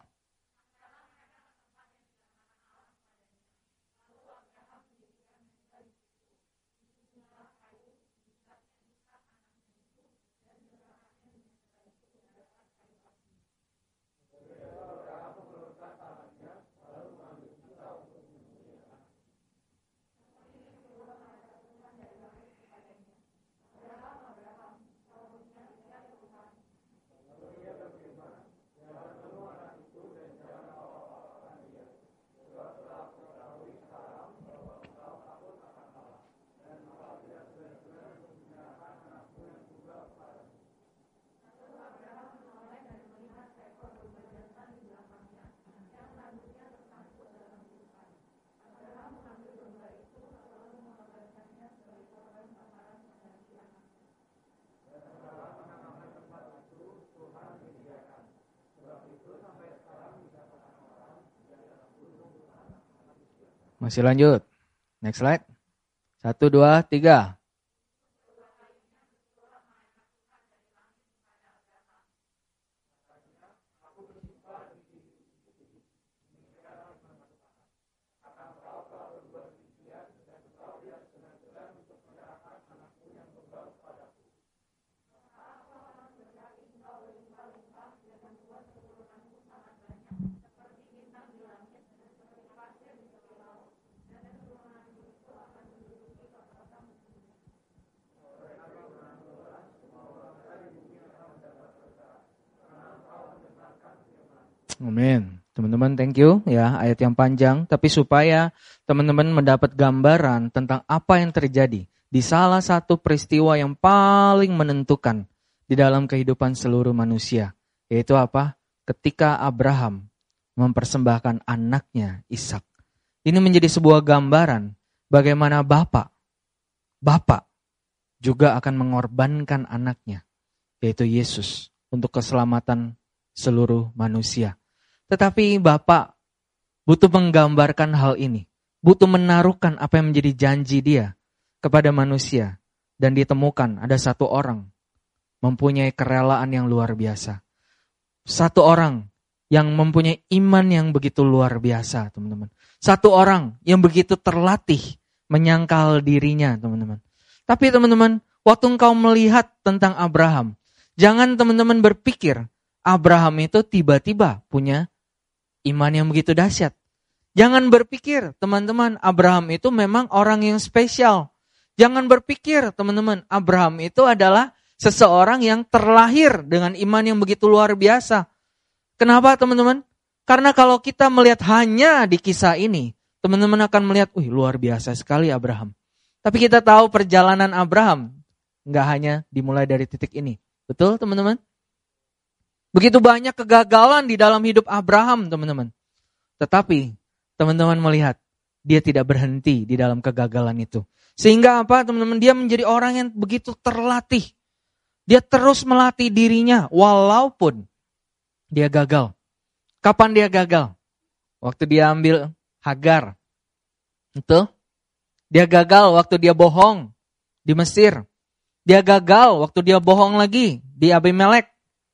Masih lanjut. Next slide. Satu, dua, tiga. Amin. Teman-teman, thank you ya, ayat yang panjang, tapi supaya teman-teman mendapat gambaran tentang apa yang terjadi di salah satu peristiwa yang paling menentukan di dalam kehidupan seluruh manusia, yaitu apa? Ketika Abraham mempersembahkan anaknya Ishak. Ini menjadi sebuah gambaran bagaimana Bapak, Bapak juga akan mengorbankan anaknya, yaitu Yesus, untuk keselamatan seluruh manusia. Tetapi Bapak butuh menggambarkan hal ini, butuh menaruhkan apa yang menjadi janji dia kepada manusia. Dan ditemukan ada satu orang mempunyai kerelaan yang luar biasa. Satu orang yang mempunyai iman yang begitu luar biasa, teman-teman. Satu orang yang begitu terlatih menyangkal dirinya, teman-teman. Tapi teman-teman, waktu engkau melihat tentang Abraham, jangan teman-teman berpikir Abraham itu tiba-tiba punya iman yang begitu dahsyat. Jangan berpikir, teman-teman, Abraham itu memang orang yang spesial. Jangan berpikir, teman-teman, Abraham itu adalah seseorang yang terlahir dengan iman yang begitu luar biasa. Kenapa, teman-teman? Karena kalau kita melihat hanya di kisah ini, teman-teman akan melihat, wih, luar biasa sekali Abraham. Tapi kita tahu perjalanan Abraham nggak hanya dimulai dari titik ini. Betul, teman-teman? Begitu banyak kegagalan di dalam hidup Abraham, teman-teman. Tetapi, teman-teman melihat, dia tidak berhenti di dalam kegagalan itu. Sehingga apa, teman-teman? Dia menjadi orang yang begitu terlatih. Dia terus melatih dirinya, walaupun dia gagal. Kapan dia gagal? Waktu dia ambil Hagar. Itu. Dia gagal waktu dia bohong di Mesir. Dia gagal waktu dia bohong lagi di Abimelek.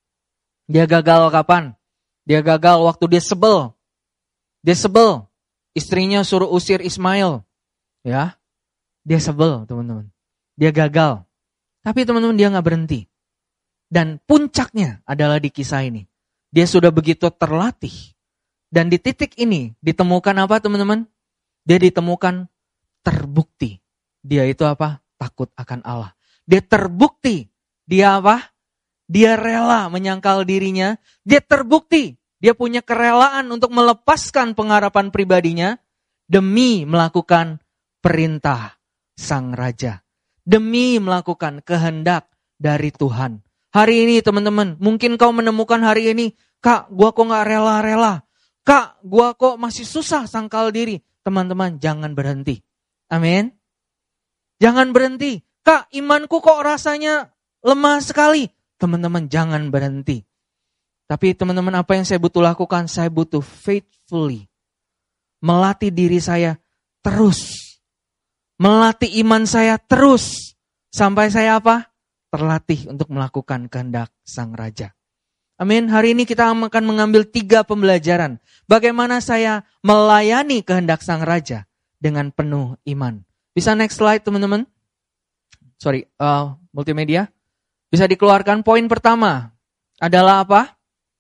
Dia gagal kapan? Dia gagal waktu dia sebel. Dia sebel. Istrinya suruh usir Ismail. Ya. Dia sebel, teman-teman. Dia gagal. Tapi teman-teman, dia gak berhenti. Dan puncaknya adalah di kisah ini. Dia sudah begitu terlatih. Dan di titik ini ditemukan apa, teman-teman? Dia ditemukan terbukti. Dia itu apa? Takut akan Allah. Dia terbukti. Dia apa? Dia rela menyangkal dirinya. Dia terbukti. Dia punya kerelaan untuk melepaskan pengharapan pribadinya demi melakukan perintah Sang Raja. Demi melakukan kehendak dari Tuhan. Hari ini teman-teman, mungkin kau menemukan hari ini, Kak, gua kok gak rela-rela. Kak, gua kok masih susah sangkal diri. Teman-teman, jangan berhenti. Amin. Jangan berhenti. Kak, imanku kok rasanya lemah sekali. Teman-teman, jangan berhenti. Tapi teman-teman, apa yang saya butuh lakukan? Saya butuh faithfully. Melatih diri saya terus. Melatih iman saya terus. Sampai saya apa? terlatih untuk melakukan kehendak Sang Raja. Amin. Hari ini kita akan mengambil tiga pembelajaran. Bagaimana saya melayani kehendak Sang Raja dengan penuh iman. Bisa next slide teman-teman? Sorry, uh, multimedia. Bisa dikeluarkan. Poin pertama adalah apa?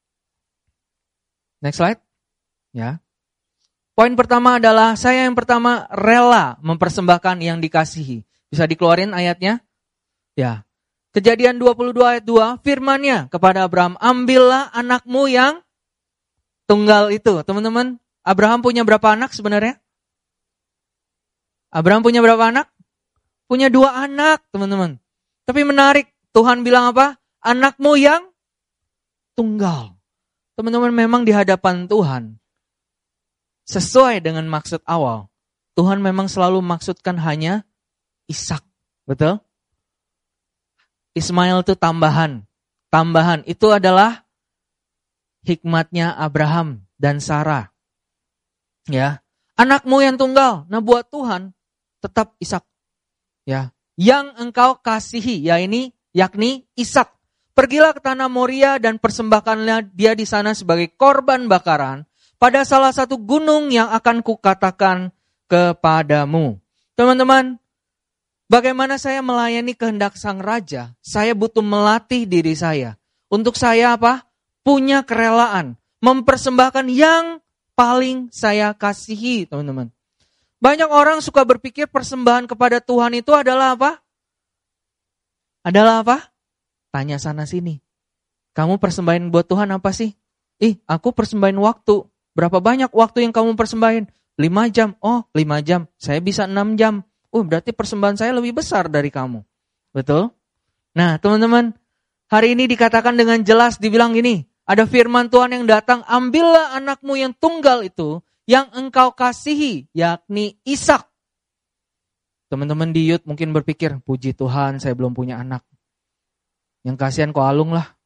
Next slide. Ya. Poin pertama adalah saya yang pertama rela mempersembahkan yang dikasihi. Bisa dikeluarin ayatnya? Ya. Kejadian dua puluh dua ayat dua, firman-Nya kepada Abraham, ambillah anakmu yang tunggal itu. Teman-teman, Abraham punya berapa anak sebenarnya? Abraham punya berapa anak? Punya dua anak, teman-teman. Tapi menarik, Tuhan bilang apa? Anakmu yang tunggal. Teman-teman, memang di hadapan Tuhan, sesuai dengan maksud awal, Tuhan memang selalu maksudkan hanya Ishak. Betul? Ismail itu tambahan. Tambahan itu adalah hikmatnya Abraham dan Sarah. Ya, anakmu yang tunggal. Nah, buat Tuhan tetap Ishak. Ya, yang engkau kasihi, ya ini yakni Ishak. Pergilah ke tanah Moria dan persembahkanlah dia di sana sebagai korban bakaran pada salah satu gunung yang akan kukatakan kepadamu. Teman-teman, bagaimana saya melayani kehendak Sang Raja? Saya butuh melatih diri saya. Untuk saya apa? Punya kerelaan. Mempersembahkan yang paling saya kasihi, teman-teman. Banyak orang suka berpikir persembahan kepada Tuhan itu adalah apa? Adalah apa? Tanya sana sini. Kamu persembahin buat Tuhan apa sih? Ih, aku persembahin waktu. Berapa banyak waktu yang kamu persembahin? lima jam. Oh, lima jam. Saya bisa enam jam. Oh, berarti persembahan saya lebih besar dari kamu. Betul? Nah, teman-teman, hari ini dikatakan dengan jelas, dibilang gini, ada firman Tuhan yang datang, ambillah anakmu yang tunggal itu, yang engkau kasihi, yakni Ishak. Teman-teman di youth mungkin berpikir, puji Tuhan saya belum punya anak. Yang kasihan Ko Alung lah.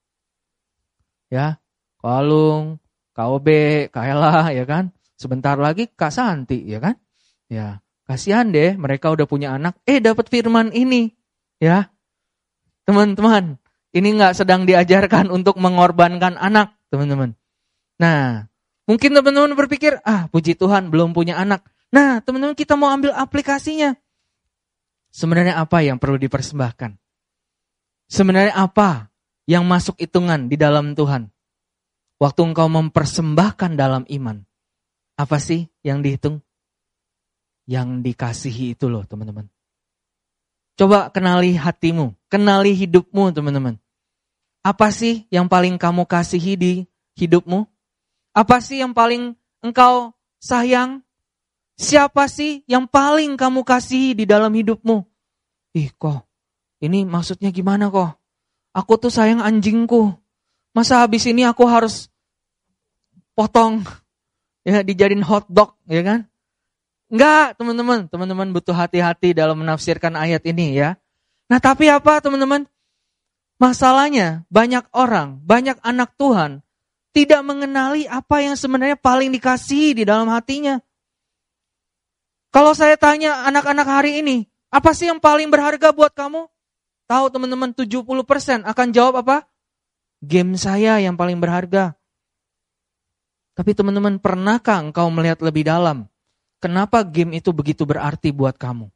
Ya, Ko Alung, K O B, Kak Ella, ya kan? Sebentar lagi Kak Santi, ya kan? Ya. Kasihan deh, mereka udah punya anak, eh dapat firman ini. Ya, teman-teman, ini gak sedang diajarkan untuk mengorbankan anak, teman-teman. Nah, mungkin teman-teman berpikir, ah puji Tuhan belum punya anak. Nah, teman-teman kita mau ambil aplikasinya. Sebenarnya apa yang perlu dipersembahkan? Sebenarnya apa yang masuk hitungan di dalam Tuhan? Waktu engkau mempersembahkan dalam iman, apa sih yang dihitung? Yang dikasihi itu loh teman-teman. Coba kenali hatimu, kenali hidupmu teman-teman. Apa sih yang paling kamu kasihi di hidupmu? Apa sih yang paling engkau sayang? Siapa sih yang paling kamu kasihi di dalam hidupmu? Ih kok, ini maksudnya gimana kok? Aku tuh sayang anjingku. Masa habis ini aku harus potong, ya dijadiin hotdog, ya kan? Enggak, teman-teman. Teman-teman butuh hati-hati dalam menafsirkan ayat ini ya. Nah, tapi apa teman-teman? Masalahnya banyak orang, banyak anak Tuhan tidak mengenali apa yang sebenarnya paling dikasihi di dalam hatinya. Kalau saya tanya anak-anak hari ini, apa sih yang paling berharga buat kamu? Tahu teman-teman, tujuh puluh persen akan jawab apa? Game saya yang paling berharga. Tapi teman-teman, pernahkah engkau melihat lebih dalam? Kenapa game itu begitu berarti buat kamu?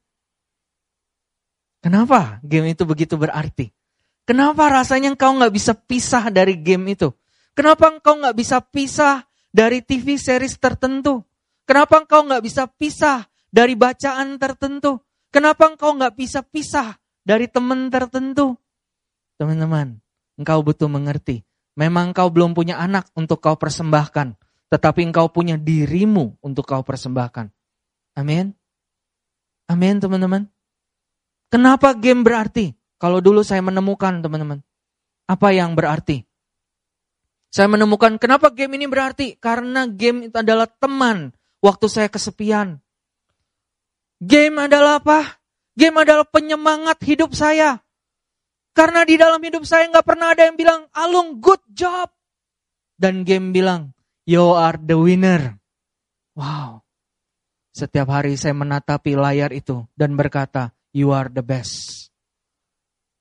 Kenapa game itu begitu berarti? Kenapa rasanya engkau gak bisa pisah dari game itu? Kenapa engkau gak bisa pisah dari T V series tertentu? Kenapa engkau gak bisa pisah dari bacaan tertentu? Kenapa engkau gak bisa pisah dari teman tertentu? Teman-teman, engkau butuh mengerti. Memang engkau belum punya anak untuk kau persembahkan. Tetapi engkau punya dirimu untuk kau persembahkan. Amin. Amin teman-teman. Kenapa game berarti? Kalau dulu saya menemukan teman-teman. Apa yang berarti? Saya menemukan kenapa game ini berarti? Karena game itu adalah teman waktu saya kesepian. Game adalah apa? Game adalah penyemangat hidup saya. Karena di dalam hidup saya gak pernah ada yang bilang, Alung good job. Dan game bilang, you are the winner. Wow. Setiap hari saya menatapi layar itu dan berkata, you are the best.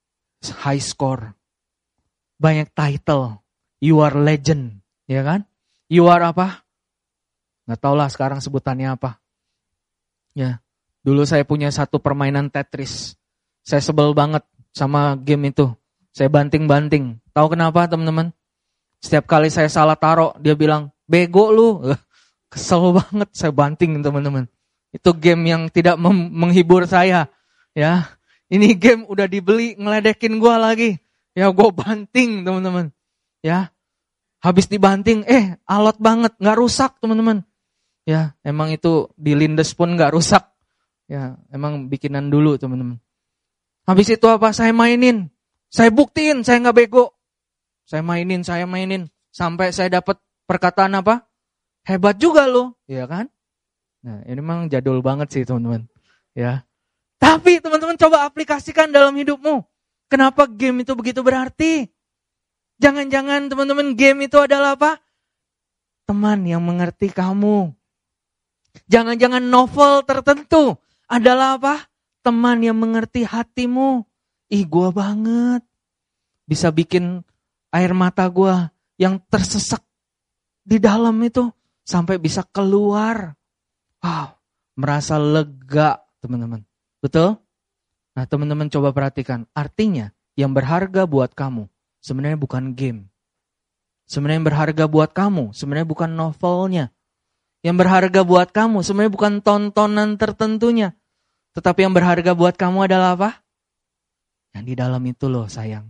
high score, banyak title, you are legend, ya kan? You are apa? Nggak tahu lah sekarang sebutannya apa. Ya, dulu saya punya satu permainan Tetris. Saya sebel banget sama game itu. Saya banting-banting. Tahu kenapa teman-teman? Setiap kali saya salah taruh, dia bilang, bego lu. Kesel banget saya banting teman-teman. Itu game yang tidak mem- menghibur saya. Ya, ini game udah dibeli, ngeledekin gue lagi. Ya, gue banting teman-teman. Ya, habis dibanting, eh alot banget, nggak rusak teman-teman. Ya, emang itu di Lindes pun nggak rusak. Ya, emang bikinan dulu teman-teman. Habis itu apa? Saya mainin, saya buktiin saya nggak bego. Saya mainin, saya mainin, sampai saya dapat perkataan apa? Hebat juga lo, ya kan? Nah, ini memang jadul banget sih teman-teman. Ya, tapi teman-teman coba aplikasikan dalam hidupmu. Kenapa game itu begitu berarti? Jangan-jangan teman-teman game itu adalah apa? Teman yang mengerti kamu. Jangan-jangan novel tertentu adalah apa? Teman yang mengerti hatimu. Ih, gua banget. Bisa bikin air mata gua yang tersesak di dalam itu sampai bisa keluar. Wow, merasa lega teman-teman. Betul? Nah teman-teman coba perhatikan. Artinya yang berharga buat kamu sebenarnya bukan game. Sebenarnya yang berharga buat kamu sebenarnya bukan novelnya. Yang berharga buat kamu sebenarnya bukan tontonan tertentunya. Tetapi yang berharga buat kamu adalah apa? Yang di dalam itu loh sayang.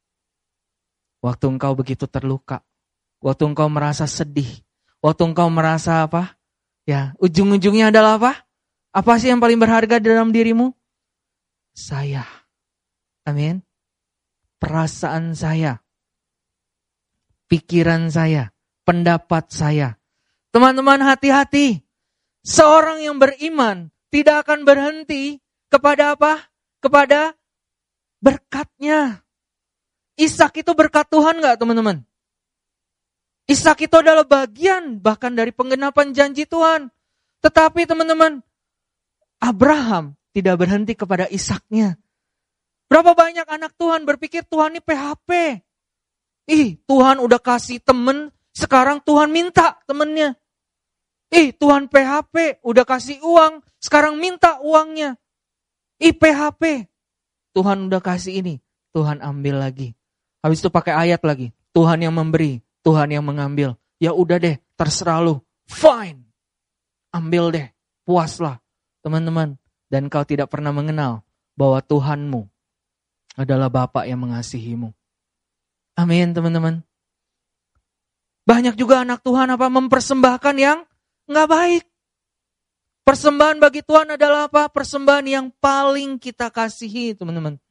Waktu engkau begitu terluka. Waktu engkau merasa sedih. Waktu engkau merasa apa? Ya, ujung-ujungnya adalah apa? Apa sih yang paling berharga dalam dirimu? Saya. Amin. Perasaan saya. Pikiran saya. Pendapat saya. Teman-teman hati-hati. Seorang yang beriman tidak akan berhenti kepada apa? Kepada berkatnya. Ishak itu berkat Tuhan gak teman-teman? Ishak itu adalah bagian bahkan dari penggenapan janji Tuhan. Tetapi teman-teman, Abraham tidak berhenti kepada Ishaknya. Berapa banyak anak Tuhan berpikir Tuhan ini P H P. Ih, Tuhan udah kasih temen, sekarang Tuhan minta temennya. Ih, Tuhan P H P, udah kasih uang, sekarang minta uangnya. Ih, P H P. Tuhan udah kasih ini, Tuhan ambil lagi. Habis itu pakai ayat lagi. Tuhan yang memberi, Tuhan yang mengambil. Ya udah deh, terserah lu. Fine. Ambil deh, puaslah. Teman-teman, dan kau tidak pernah mengenal bahwa Tuhanmu adalah Bapa yang mengasihimu. Amin, teman-teman. Banyak juga anak Tuhan apa mempersembahkan yang enggak baik. Persembahan bagi Tuhan adalah apa? Persembahan yang paling kita kasihi, teman-teman.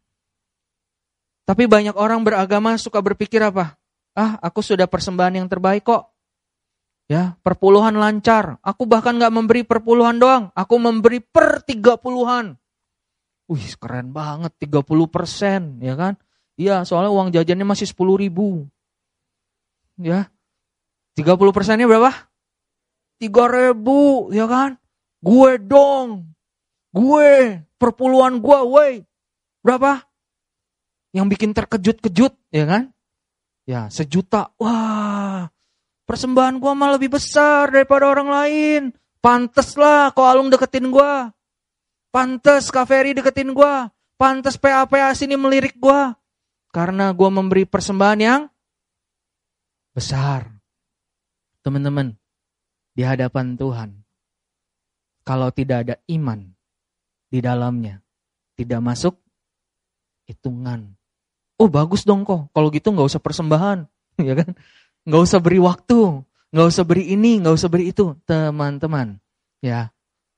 Tapi banyak orang beragama suka berpikir apa? Ah, aku sudah persembahan yang terbaik kok. Ya, perpuluhan lancar. Aku bahkan gak memberi perpuluhan doang. Aku memberi per tiga puluhan. Wih, keren banget. tiga puluh persen, ya kan? Iya, soalnya uang jajannya masih sepuluh ribu. Ya, tiga puluh persennya berapa? tiga ribu, ya kan? Gue dong. Gue, perpuluhan gue, woi. Berapa? Yang bikin terkejut-kejut, ya kan? Ya, sejuta. Wah, persembahan gue malah lebih besar daripada orang lain. Pantes lah kok Alung deketin gue. Pantes Kak Ferry deketin gue. Pantes P A P A sini melirik gue. Karena gue memberi persembahan yang besar. Teman-teman, di hadapan Tuhan, kalau tidak ada iman di dalamnya, tidak masuk hitungan. Oh bagus dong kok, kalau gitu gak usah persembahan, ya kan? Gak usah beri waktu, gak usah beri ini, gak usah beri itu. Teman-teman, ya.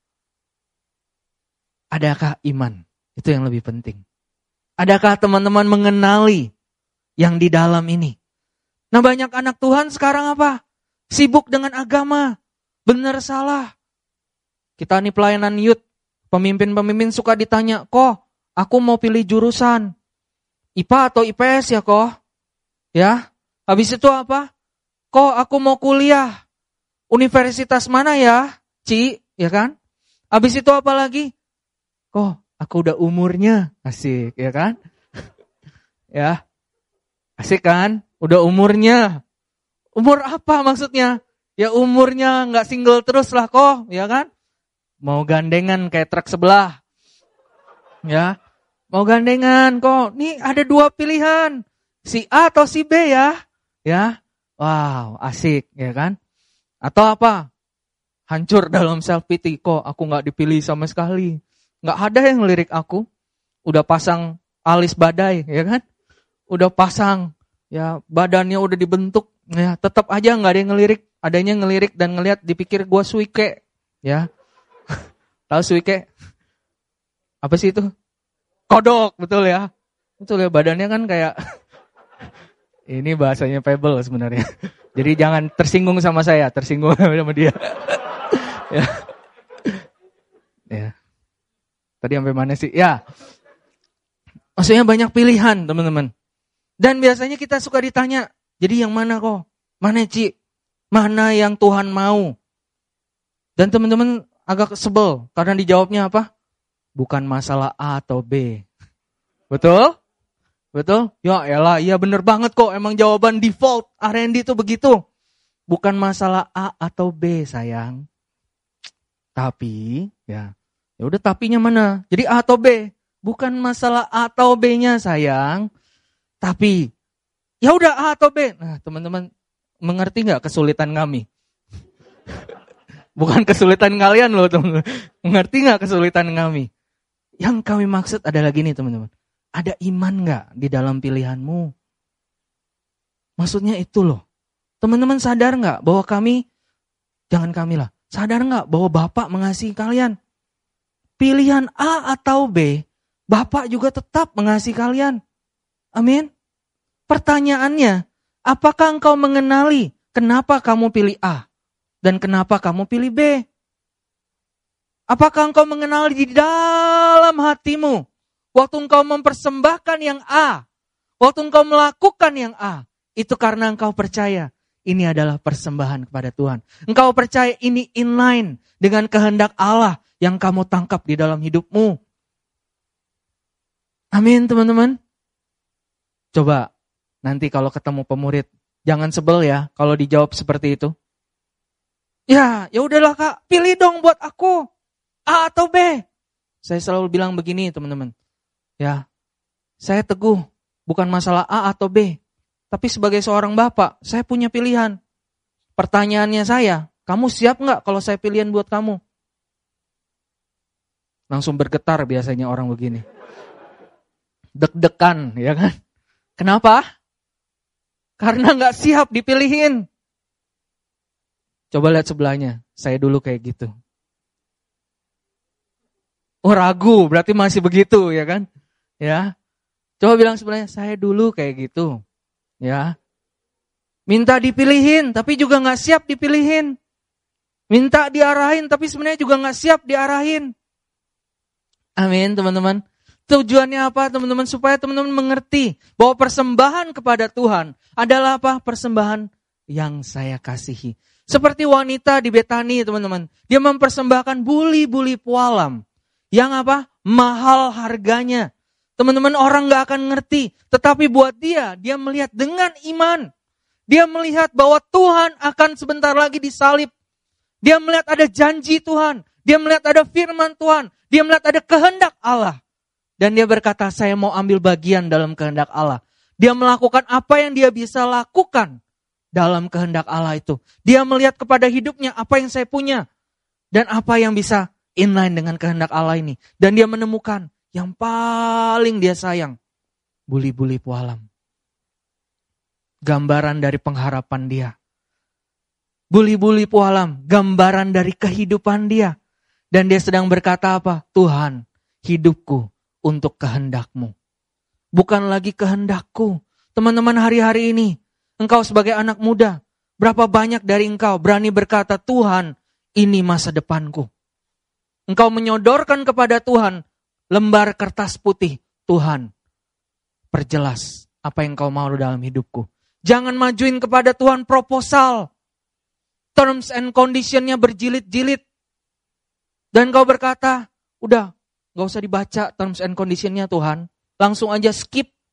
Adakah iman? Itu yang lebih penting. Adakah teman-teman mengenali yang di dalam ini? Nah banyak anak Tuhan sekarang apa? Sibuk dengan agama, benar salah. Kita nih pelayanan youth, pemimpin-pemimpin suka ditanya, kok aku mau pilih jurusan I P A atau I P S ya kok? Ya, habis itu apa? Kok aku mau kuliah? Universitas mana ya, Ci? Ya kan? Habis itu apa lagi? Kok aku udah umurnya? Asik, ya kan? Ya. Asik kan? Udah umurnya. Umur apa maksudnya? Ya umurnya nggak single terus lah kok, ya kan? Mau gandengan kayak truk sebelah. Ya. Mau gandengan kok. Nih ada dua pilihan. Si A atau si B ya. Ya. Wow, asik, ya kan? Atau apa? Hancur dalam self pity. Kok aku nggak dipilih sama sekali. Nggak ada yang ngelirik aku. Udah pasang alis badai, ya kan? Udah pasang, ya badannya udah dibentuk, ya tetap aja nggak ada yang ngelirik. Adanya ngelirik dan ngelihat dipikir gue suike, ya. Tahu suike? Apa sih itu? Kodok, betul ya? Betul ya, badannya kan kayak ini bahasanya Pebble sebenarnya. Jadi jangan tersinggung sama saya, tersinggung sama dia. Ya. Ya. Tadi sampai mana sih? Ya. Maksudnya banyak pilihan, teman-teman. Dan biasanya kita suka ditanya, jadi yang mana kok? Mana Ci? Mana yang Tuhan mau? Dan teman-teman agak sebel karena dijawabnya apa? Bukan masalah A atau B. Betul? Betul? Ya elah, iya bener banget kok. Emang jawaban default R and D itu begitu. Bukan masalah A atau B, sayang. Tapi, ya, ya udah tapinya mana? Jadi A atau B? Bukan masalah A atau B-nya, sayang. Tapi, ya udah A atau B. Nah, teman-teman mengerti nggak kesulitan kami? Bukan kesulitan kalian loh, teman-teman. Mengerti nggak kesulitan kami? Yang kami maksud adalah gini, teman-teman. Ada iman nggak di dalam pilihanmu? Maksudnya itu loh. Teman-teman sadar nggak bahwa kami, jangan kami lah, sadar nggak bahwa Bapak mengasihi kalian? Pilihan A atau B, Bapak juga tetap mengasihi kalian. Amin. Pertanyaannya, apakah engkau mengenali kenapa kamu pilih A dan kenapa kamu pilih B? Apakah engkau mengenali di dalam hatimu waktu engkau mempersembahkan yang A, waktu engkau melakukan yang A, itu karena engkau percaya ini adalah persembahan kepada Tuhan. Engkau percaya ini inline dengan kehendak Allah yang kamu tangkap di dalam hidupmu. Amin, teman-teman. Coba nanti kalau ketemu pemurid, jangan sebel ya kalau dijawab seperti itu. Ya, ya udahlah Kak, pilih dong buat aku. A atau B? Saya selalu bilang begini, teman-teman. Ya, saya teguh, bukan masalah A atau B. Tapi sebagai seorang bapak, saya punya pilihan. Pertanyaannya saya, kamu siap nggak kalau saya pilihan buat kamu? Langsung bergetar biasanya orang begini. Deg-degan, ya kan? Kenapa? Karena nggak siap dipilihin. Coba lihat sebelahnya, saya dulu kayak gitu. Oh ragu, berarti masih begitu, ya kan? Ya, coba bilang sebelahnya, saya dulu kayak gitu. Ya, minta dipilihin, tapi juga nggak siap dipilihin. Minta diarahin, tapi sebenarnya juga nggak siap diarahin. Amin, teman-teman. Tujuannya apa, teman-teman? Supaya teman-teman mengerti bahwa persembahan kepada Tuhan adalah apa? Persembahan yang saya kasihi. Seperti wanita di Betani, teman-teman. Dia mempersembahkan buli-buli pualam yang apa? Mahal harganya. Teman-teman, orang gak akan ngerti. Tetapi buat dia, dia melihat dengan iman. Dia melihat bahwa Tuhan akan sebentar lagi disalib. Dia melihat ada janji Tuhan. Dia melihat ada firman Tuhan. Dia melihat ada kehendak Allah. Dan dia berkata, saya mau ambil bagian dalam kehendak Allah. Dia melakukan apa yang dia bisa lakukan dalam kehendak Allah itu. Dia melihat kepada hidupnya apa yang saya punya. Dan apa yang bisa inline dengan kehendak Allah ini. Dan dia menemukan yang paling dia sayang, buli-buli pualam. Gambaran dari pengharapan dia. Buli-buli pualam, gambaran dari kehidupan dia. Dan dia sedang berkata apa? Tuhan, hidupku untuk kehendak-Mu. Bukan lagi kehendak-Ku. Teman-teman, hari-hari ini, engkau sebagai anak muda, berapa banyak dari engkau berani berkata, Tuhan, ini masa depanku. Engkau menyodorkan kepada Tuhan lembar kertas putih. Tuhan, perjelas apa yang kau mau dalam hidupku. Jangan majuin kepada Tuhan proposal. Terms and conditionnya berjilid-jilid. Dan kau berkata, udah gak usah dibaca terms and conditionnya Tuhan. Langsung aja skip.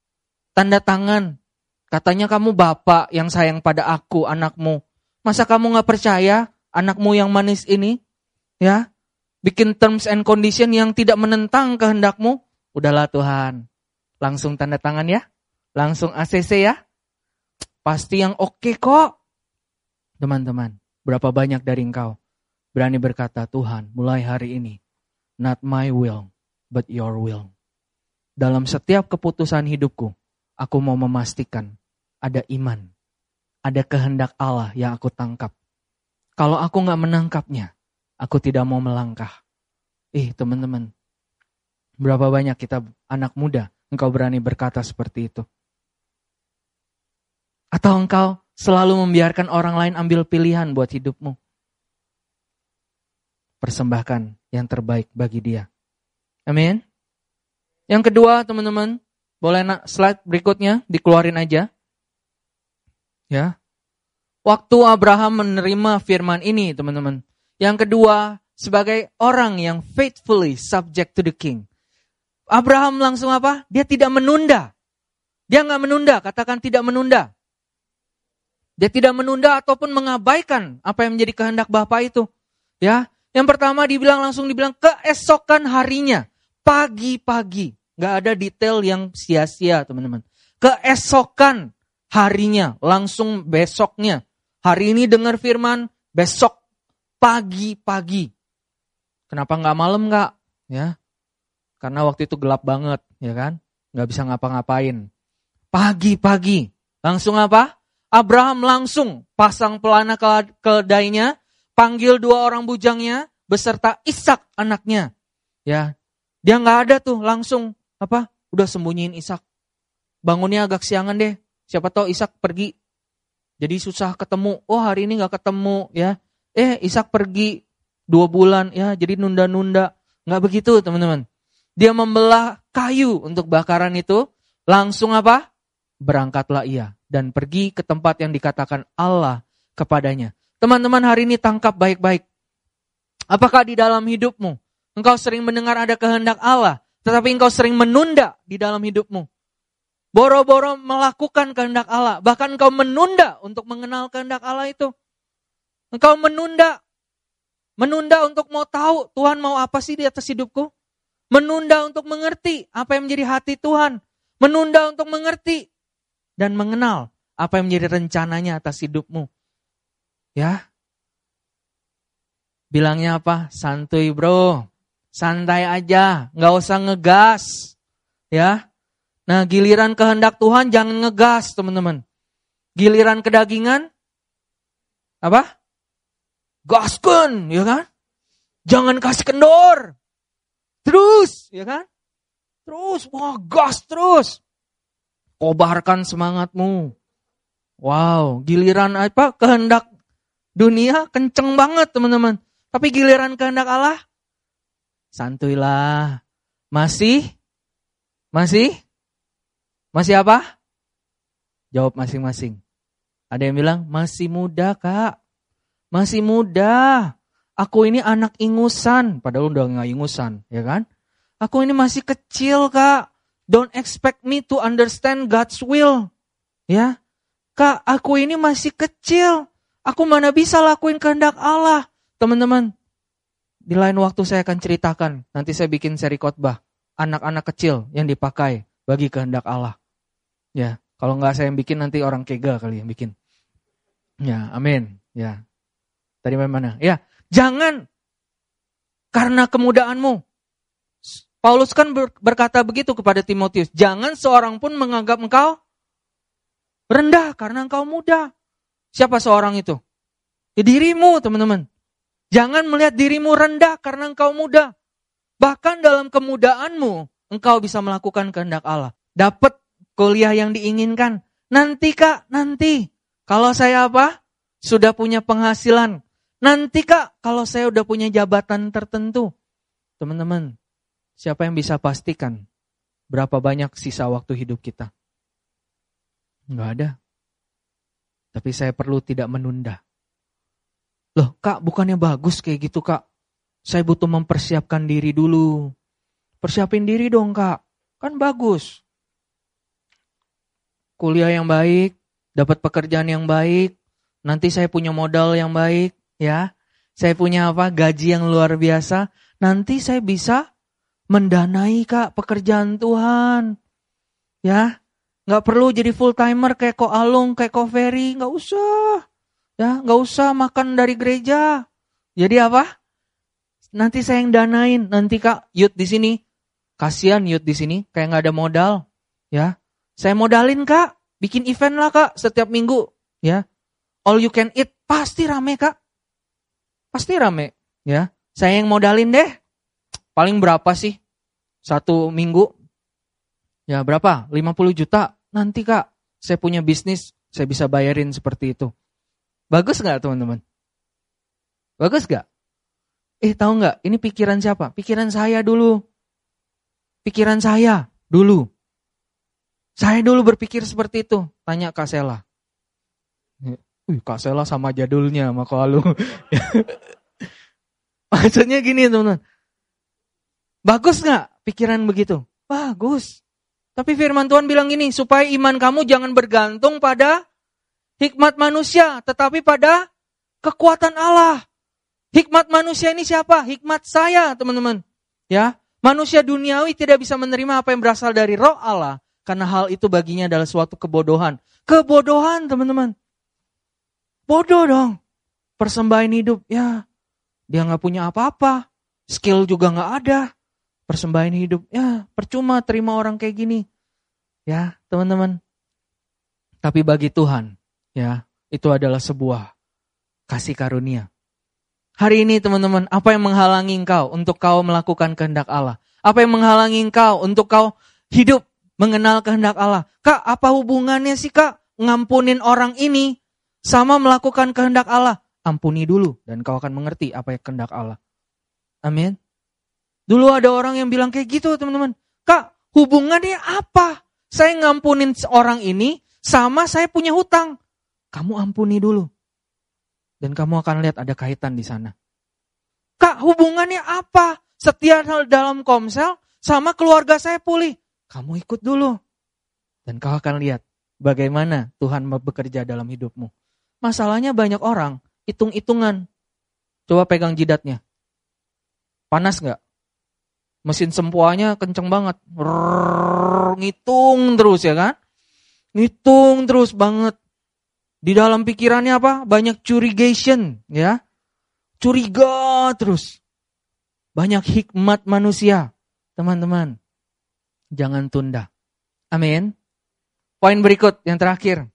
tanda tangan. Katanya kamu bapak yang sayang pada aku, anakmu. Masa kamu gak percaya anakmu yang manis ini? Ya, bikin terms and condition yang tidak menentang kehendakmu. Udahlah Tuhan, langsung tanda tangan ya. Langsung A C C ya. Pasti yang oke kok. Teman-teman, berapa banyak dari engkau berani berkata, Tuhan, mulai hari ini, not my will, but your will. Dalam setiap keputusan hidupku, aku mau memastikan ada iman, ada kehendak Allah yang aku tangkap. Kalau aku gak menangkapnya, aku tidak mau melangkah. Ih teman-teman, berapa banyak kita anak muda, engkau berani berkata seperti itu. Atau engkau selalu membiarkan orang lain ambil pilihan buat hidupmu. Persembahkan yang terbaik bagi dia. Amin. Yang kedua teman-teman, boleh nak slide berikutnya dikeluarin aja. Ya. Waktu Abraham menerima firman ini teman-teman. Yang kedua, sebagai orang yang faithfully subject to the king. Abraham langsung apa? Dia tidak menunda. Dia gak menunda, katakan tidak menunda. Dia tidak menunda ataupun mengabaikan apa yang menjadi kehendak Bapa itu. Ya. Yang pertama dibilang langsung dibilang keesokan harinya. Pagi-pagi. Gak ada detail yang sia-sia teman-teman. Keesokan harinya, langsung besoknya. Hari ini dengar firman, besok pagi-pagi. Kenapa gak malam gak? Ya, karena waktu itu gelap banget, ya kan? Gak bisa ngapa-ngapain. Pagi-pagi, langsung apa? Abraham langsung pasang pelana keledainya, panggil dua orang bujangnya, beserta Ishak anaknya. Ya, dia gak ada tuh langsung. Apa? Udah sembunyiin Ishak. Bangunnya agak siangan deh. Siapa tahu Ishak pergi. Jadi susah ketemu. Oh hari ini gak ketemu ya. Eh Ishak pergi dua bulan ya. Jadi nunda-nunda. Gak begitu teman-teman. Dia membelah kayu untuk bakaran itu. Langsung apa? Berangkatlah ia. Dan pergi ke tempat yang dikatakan Allah kepadanya. Teman-teman hari ini tangkap baik-baik. Apakah di dalam hidupmu engkau sering mendengar ada kehendak Allah? Tetapi engkau sering menunda di dalam hidupmu. Boro-boro melakukan kehendak Allah. Bahkan engkau menunda untuk mengenal kehendak Allah itu. Engkau menunda. Menunda untuk mau tahu Tuhan mau apa sih di atas hidupku. Menunda untuk mengerti apa yang menjadi hati Tuhan. Menunda untuk mengerti dan mengenal apa yang menjadi rencananya atas hidupmu. Ya. Bilangnya apa? Santuy bro. Santai aja, gak usah ngegas. Ya. Nah giliran kehendak Tuhan jangan ngegas teman-teman. Giliran kedagingan, apa? Gaskan, ya kan? Jangan kasih kendor. Terus, ya kan? Terus, wah gas terus. Kobarkan semangatmu. Wow, giliran apa? Kehendak dunia kenceng banget teman-teman. Tapi giliran kehendak Allah, santuilah. Masih? Masih? Masih apa? Jawab masing-masing. Ada yang bilang, masih muda kak. Masih muda. Aku ini anak ingusan. Padahal udah gak ingusan, ya kan? Aku ini masih kecil kak. Don't expect me to understand God's will. Ya. Kak, aku ini masih kecil. Aku mana bisa lakuin kehendak Allah. Teman-teman. Di lain waktu saya akan ceritakan. Nanti saya bikin seri khotbah. Anak-anak kecil yang dipakai bagi kehendak Allah. Ya, kalau enggak saya yang bikin nanti orang kega kali yang bikin. Ya, amin. Ya. Tadi mana? Ya, jangan karena kemudaanmu. Paulus kan berkata begitu kepada Timotius. Jangan seorang pun menganggap engkau rendah karena engkau muda. Siapa seorang itu? Ya, dirimu, teman-teman. Jangan melihat dirimu rendah karena engkau muda. Bahkan dalam kemudaanmu, engkau bisa melakukan kehendak Allah. Dapat kuliah yang diinginkan. Nanti kak, nanti. Kalau saya apa? Sudah punya penghasilan. Nanti kak, kalau saya udah punya jabatan tertentu. Teman-teman, siapa yang bisa pastikan berapa banyak sisa waktu hidup kita? Enggak ada. Tapi saya perlu tidak menunda. Loh kak, bukannya bagus kayak gitu kak? Saya butuh mempersiapkan diri dulu. Persiapin diri dong kak. Kan bagus. kuliah yang baik, dapat pekerjaan yang baik, nanti saya punya modal yang baik, ya. Saya punya apa? Gaji yang luar biasa. Nanti saya bisa mendanai Kak pekerjaan Tuhan. Ya. Gak perlu jadi full timer kayak Ko Alung, kayak Ko Ferry, gak usah. Ya, gak usah makan dari gereja. Jadi apa? Nanti saya yang danain. Nanti Kak, youth di sini. Kasihan youth di sini kayak gak ada modal. Ya. Saya modalin Kak, bikin event lah Kak setiap minggu. Ya. All you can eat pasti rame Kak. Pasti rame, ya. Saya yang modalin deh. Paling berapa sih? Satu minggu. Ya berapa? lima puluh juta. Nanti Kak, saya punya bisnis, saya bisa bayarin seperti itu. Bagus gak teman-teman? Bagus gak? Eh tahu gak? Ini pikiran siapa? Pikiran saya dulu. Pikiran saya dulu. Saya dulu berpikir seperti itu. Tanya Kak Sela. Wih, Kak Sela sama jadulnya sama Ko Alung. Maksudnya gini teman-teman. Bagus gak pikiran begitu? Bagus. Tapi firman Tuhan bilang gini, supaya iman kamu jangan bergantung pada hikmat manusia, tetapi pada kekuatan Allah. Hikmat manusia ini siapa? Hikmat saya teman-teman. Ya, manusia duniawi tidak bisa menerima apa yang berasal dari roh Allah. Karena hal itu baginya adalah suatu kebodohan. Kebodohan teman-teman. Bodoh dong. Persembahan hidup, ya dia gak punya apa-apa. Skill juga gak ada. Persembahan hidup, ya percuma terima orang kayak gini. Ya teman-teman. Tapi bagi Tuhan, ya itu adalah sebuah kasih karunia. Hari ini teman-teman, apa yang menghalangi engkau untuk kau melakukan kehendak Allah? Apa yang menghalangi engkau untuk kau hidup mengenal kehendak Allah? Kak, apa hubungannya sih Kak ngampunin orang ini sama melakukan kehendak Allah? Ampuni dulu dan kau akan mengerti apa yang kehendak Allah. Amin. Dulu ada orang yang bilang kayak gitu teman-teman. Kak, hubungannya apa? Saya ngampunin orang ini sama saya punya hutang. Kamu ampuni dulu. Dan kamu akan lihat ada kaitan di sana. Kak, hubungannya apa? Setiap hal dalam Komsel sama keluarga saya pulih. Kamu ikut dulu. Dan kau akan lihat bagaimana Tuhan bekerja dalam hidupmu. Masalahnya banyak orang hitung-hitungan. Coba pegang jidatnya. Panas gak? Mesin sempoanya kenceng banget. Rrrr, ngitung terus ya kan? Ngitung terus banget. Di dalam pikirannya apa? Banyak curigation ya. Curiga terus. Banyak hikmat manusia. Teman-teman, jangan tunda. Amin. Poin berikut yang terakhir.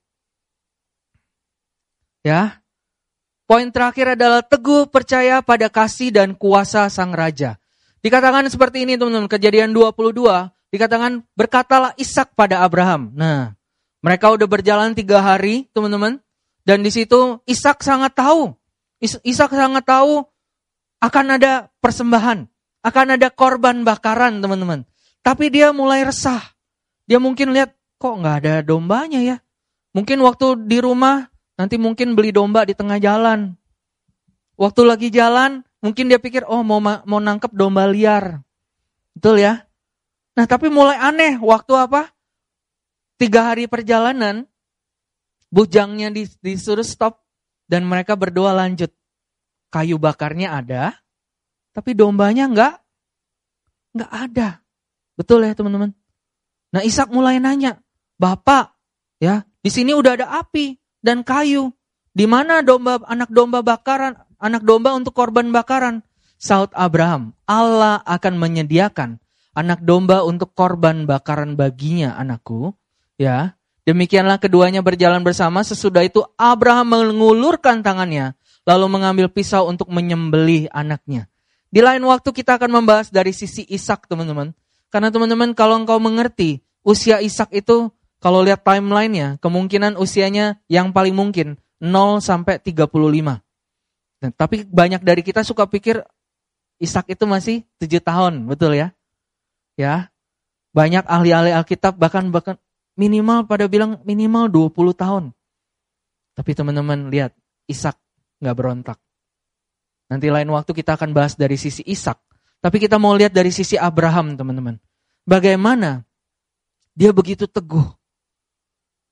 Ya. Poin terakhir adalah teguh percaya pada kasih dan kuasa Sang Raja. Dikatakan seperti ini teman-teman, Kejadian dua puluh dua, dikatakan berkatalah Ishak pada Abraham. Nah, mereka udah berjalan tiga hari teman-teman, dan di situ Ishak sangat tahu, Ishak sangat tahu akan ada persembahan, akan ada korban bakaran teman-teman. Tapi dia mulai resah, dia mungkin lihat kok nggak ada dombanya ya. Mungkin waktu di rumah, nanti mungkin beli domba di tengah jalan. Waktu lagi jalan, mungkin dia pikir, oh mau mau nangkep domba liar. Betul ya? Nah tapi mulai aneh, waktu apa? Tiga hari perjalanan, bujangnya disuruh stop, dan mereka berdoa lanjut. Kayu bakarnya ada, tapi dombanya enggak, enggak ada. Betul ya teman-teman? Nah Ishak mulai nanya, Bapak, ya di sini udah ada api dan kayu. Di mana domba anak domba bakaran, anak domba untuk korban bakaran? Saud Abraham, Allah akan menyediakan anak domba untuk korban bakaran baginya, anakku. Ya, demikianlah keduanya berjalan bersama. Sesudah itu Abraham mengulurkan tangannya, lalu mengambil pisau untuk menyembelih anaknya. Di lain waktu kita akan membahas dari sisi Ishak, teman-teman. Karena teman-teman kalau engkau mengerti usia Ishak itu, kalau lihat timeline-nya, kemungkinan usianya yang paling mungkin nol sampai tiga puluh lima. Nah, tapi banyak dari kita suka pikir Ishak itu masih tujuh tahun, betul ya? Ya. Banyak ahli-ahli Alkitab bahkan bahkan minimal pada bilang minimal dua puluh tahun. Tapi teman-teman lihat, Ishak enggak berontak. Nanti lain waktu kita akan bahas dari sisi Ishak. Tapi kita mau lihat dari sisi Abraham, teman-teman. Bagaimana dia begitu teguh.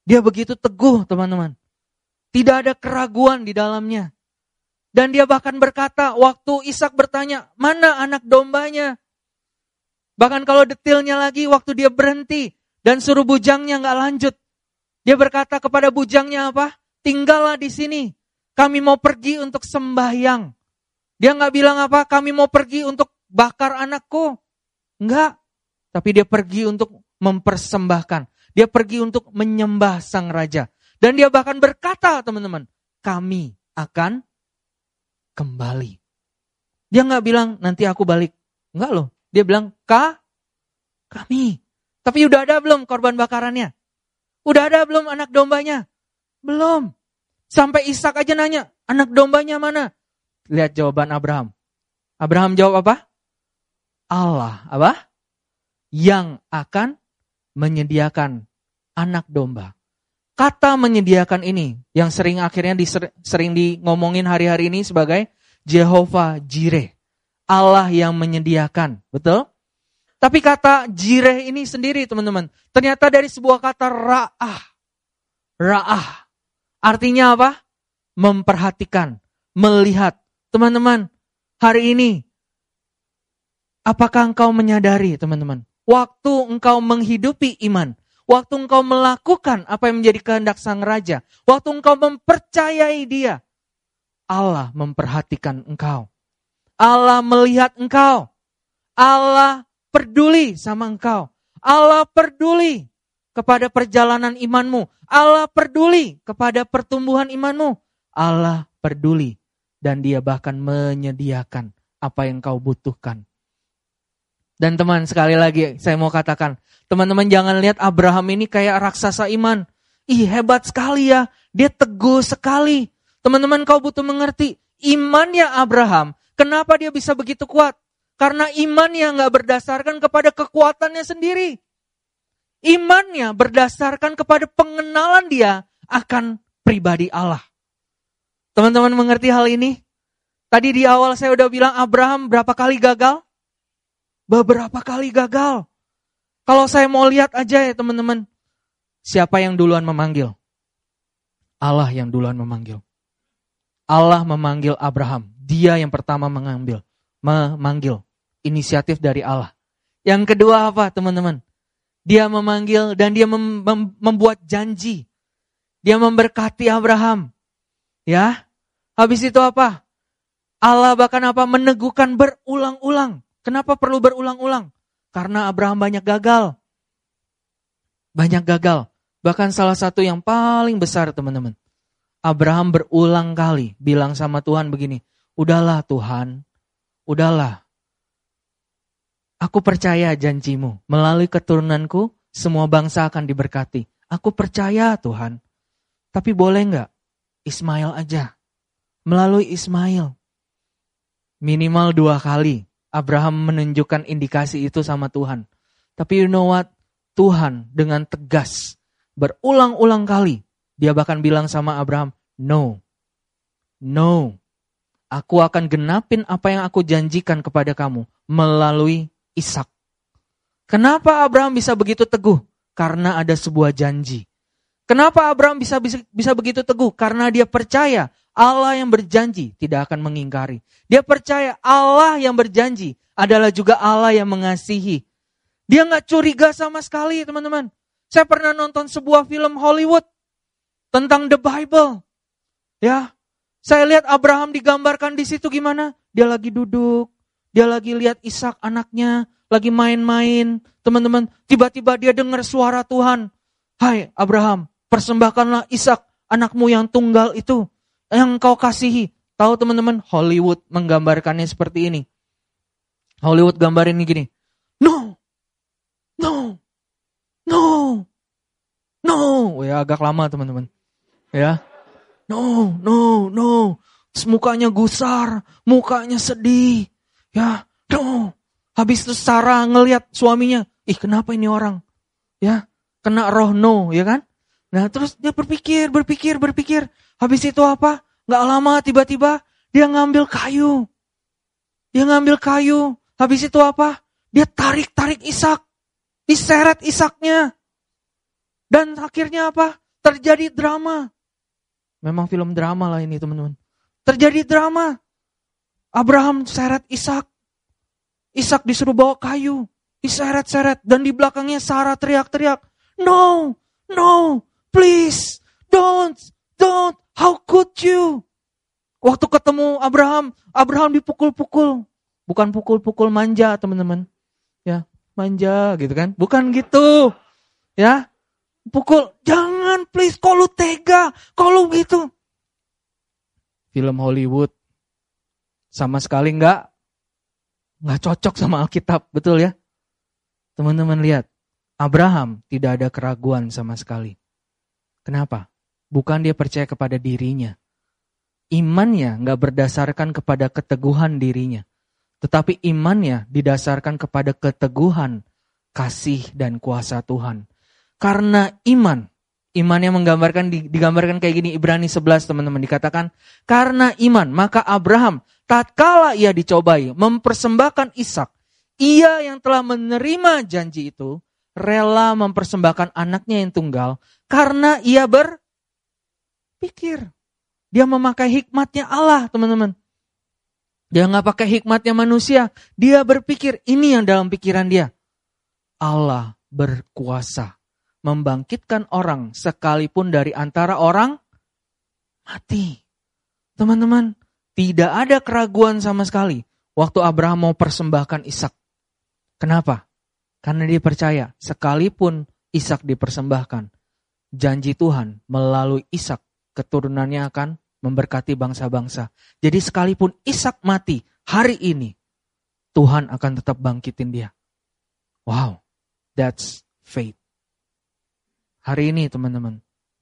Dia begitu teguh, teman-teman. Tidak ada keraguan di dalamnya. Dan dia bahkan berkata, waktu Ishak bertanya, mana anak dombanya? Bahkan kalau detailnya lagi, waktu dia berhenti dan suruh bujangnya gak lanjut. Dia berkata kepada bujangnya apa? Tinggallah di sini. Kami mau pergi untuk sembahyang. Dia gak bilang apa? Kami mau pergi untuk bakar anakku. Enggak. Tapi dia pergi untuk mempersembahkan. Dia pergi untuk menyembah sang raja. Dan dia bahkan berkata, teman-teman, kami akan kembali. Dia gak bilang, nanti aku balik. Enggak loh. Dia bilang, ka, kami. Tapi udah ada belum korban bakarannya? Udah ada belum anak dombanya? Belum. Sampai Ishak aja nanya, anak dombanya mana? Lihat jawaban Abraham. Abraham jawab apa? Allah, apa? Yang akan menyediakan anak domba. Kata menyediakan ini, yang sering akhirnya diser, sering di ngomongin hari-hari ini sebagai Jehovah Jireh. Allah yang menyediakan, betul? Tapi kata Jireh ini sendiri, teman-teman, ternyata dari sebuah kata ra'ah. Ra'ah. Artinya apa? Memperhatikan, melihat. Teman-teman, hari ini, apakah engkau menyadari, teman-teman, waktu engkau menghidupi iman, waktu engkau melakukan apa yang menjadi kehendak sang raja, waktu engkau mempercayai dia, Allah memperhatikan engkau. Allah melihat engkau. Allah peduli sama engkau. Allah peduli kepada perjalanan imanmu. Allah peduli kepada pertumbuhan imanmu. Allah peduli dan dia bahkan menyediakan apa yang kau butuhkan. Dan teman, sekali lagi saya mau katakan, teman-teman jangan lihat Abraham ini kayak raksasa iman. Ih, hebat sekali ya, dia teguh sekali. Teman-teman, kau butuh mengerti, imannya Abraham, kenapa dia bisa begitu kuat? Karena imannya gak berdasarkan kepada kekuatannya sendiri. Imannya berdasarkan kepada pengenalan dia akan pribadi Allah. Teman-teman mengerti hal ini? Tadi di awal saya udah bilang Abraham berapa kali gagal? Beberapa kali gagal. Kalau saya mau lihat aja ya teman-teman. Siapa yang duluan memanggil? Allah yang duluan memanggil. Allah memanggil Abraham. Dia yang pertama mengambil. Memanggil. Inisiatif dari Allah. Yang kedua apa teman-teman? Dia memanggil dan dia mem- mem- membuat janji. Dia memberkati Abraham. Ya. Habis itu apa? Allah bahkan apa? Meneguhkan berulang-ulang. Kenapa perlu berulang-ulang? Karena Abraham banyak gagal. Banyak gagal. Bahkan salah satu yang paling besar teman-teman. Abraham berulang kali bilang sama Tuhan begini. Udahlah Tuhan. Udahlah. Aku percaya janjimu. Melalui keturunanku semua bangsa akan diberkati. Aku percaya Tuhan. Tapi boleh gak? Ismail aja. Melalui Ismail. Minimal dua kali. Abraham menunjukkan indikasi itu sama Tuhan. Tapi you know what? Tuhan dengan tegas, berulang-ulang kali, dia bahkan bilang sama Abraham, no, no, aku akan genapin apa yang aku janjikan kepada kamu melalui Ishak. Kenapa Abraham bisa begitu teguh? Karena ada sebuah janji. Kenapa Abraham bisa, bisa, bisa begitu teguh? Karena dia percaya Allah yang berjanji tidak akan mengingkari. Dia percaya Allah yang berjanji adalah juga Allah yang mengasihi. Dia gak curiga sama sekali teman-teman. Saya pernah nonton sebuah film Hollywood tentang the Bible. Ya, saya lihat Abraham digambarkan di situ gimana? Dia lagi duduk, dia lagi lihat Ishak anaknya, lagi main-main. Teman-teman, tiba-tiba dia dengar suara Tuhan. Hai Abraham, persembahkanlah Ishak anakmu yang tunggal itu. Yang kau kasihi. Tahu teman-teman, Hollywood menggambarkannya seperti ini. Hollywood gambarin ini gini. No, no, no, no. Ya agak lama teman-teman. Ya, no, no, no. Terus mukanya gusar, mukanya sedih. Ya, no. Habis itu Sarah ngelihat suaminya. Ih kenapa ini orang? Ya, kena roh no, ya kan? Nah terus dia berpikir, berpikir, berpikir. Habis itu apa? Gak lama tiba-tiba dia ngambil kayu. Dia ngambil kayu. Habis itu apa? Dia tarik-tarik Ishak. Diseret Ishaknya. Dan akhirnya apa? Terjadi drama. Memang film drama lah ini teman-teman. Terjadi drama. Abraham seret Ishak. Ishak disuruh bawa kayu. Diseret-seret. Dan di belakangnya Sarah teriak-teriak. No, no, please, don't, don't, how could you? Waktu ketemu Abraham, Abraham dipukul-pukul. Bukan pukul-pukul manja teman-teman. Ya, manja gitu kan. Bukan gitu. Ya, pukul, jangan please, kok lu tega, kok lu gitu. Film Hollywood. Sama sekali enggak, enggak cocok sama Alkitab, betul ya? Teman-teman lihat, Abraham tidak ada keraguan sama sekali. Kenapa? Bukan dia percaya kepada dirinya. Imannya enggak berdasarkan kepada keteguhan dirinya. Tetapi imannya didasarkan kepada keteguhan, kasih dan kuasa Tuhan. Karena iman, imannya menggambarkan digambarkan kayak gini, Ibrani sebelas teman-teman dikatakan, karena iman maka Abraham tatkala ia dicobai mempersembahkan Ishak, ia yang telah menerima janji itu rela mempersembahkan anaknya yang tunggal karena ia berpikir. Dia memakai hikmatnya Allah teman-teman. Dia nggak pakai hikmatnya manusia. Dia berpikir, ini yang dalam pikiran dia. Allah berkuasa membangkitkan orang sekalipun dari antara orang mati. Teman-teman, tidak ada keraguan sama sekali waktu Abraham mau persembahkan Ishak. Kenapa? Karena dia percaya sekalipun Ishak dipersembahkan, janji Tuhan melalui Ishak keturunannya akan memberkati bangsa-bangsa. Jadi sekalipun Ishak mati hari ini, Tuhan akan tetap bangkitin dia. Wow, that's faith. Hari ini teman-teman,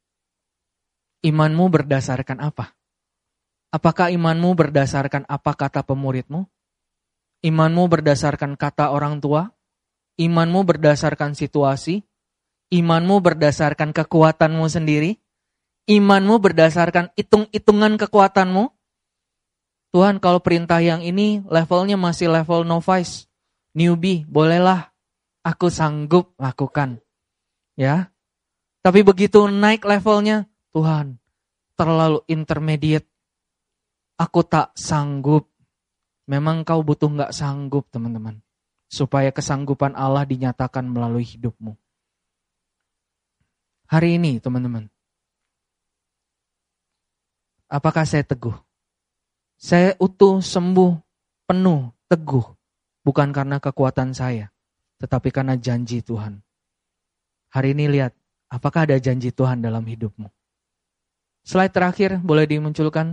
imanmu berdasarkan apa? Apakah imanmu berdasarkan apa kata pemuridmu? Imanmu berdasarkan kata orang tua? Imanmu berdasarkan situasi? Imanmu berdasarkan kekuatanmu sendiri? Imanmu berdasarkan hitung-hitungan kekuatanmu? Tuhan, kalau perintah yang ini levelnya masih level novice, newbie, bolehlah aku sanggup lakukan. Ya. Tapi begitu naik levelnya, Tuhan, terlalu intermediate. Aku tak sanggup. Memang kau butuh gak sanggup teman-teman. Supaya kesanggupan Allah dinyatakan melalui hidupmu. Hari ini teman-teman. Apakah saya teguh? Saya utuh, sembuh, penuh, teguh. Bukan karena kekuatan saya. Tetapi karena janji Tuhan. Hari ini lihat. Apakah ada janji Tuhan dalam hidupmu? Slide terakhir boleh dimunculkan.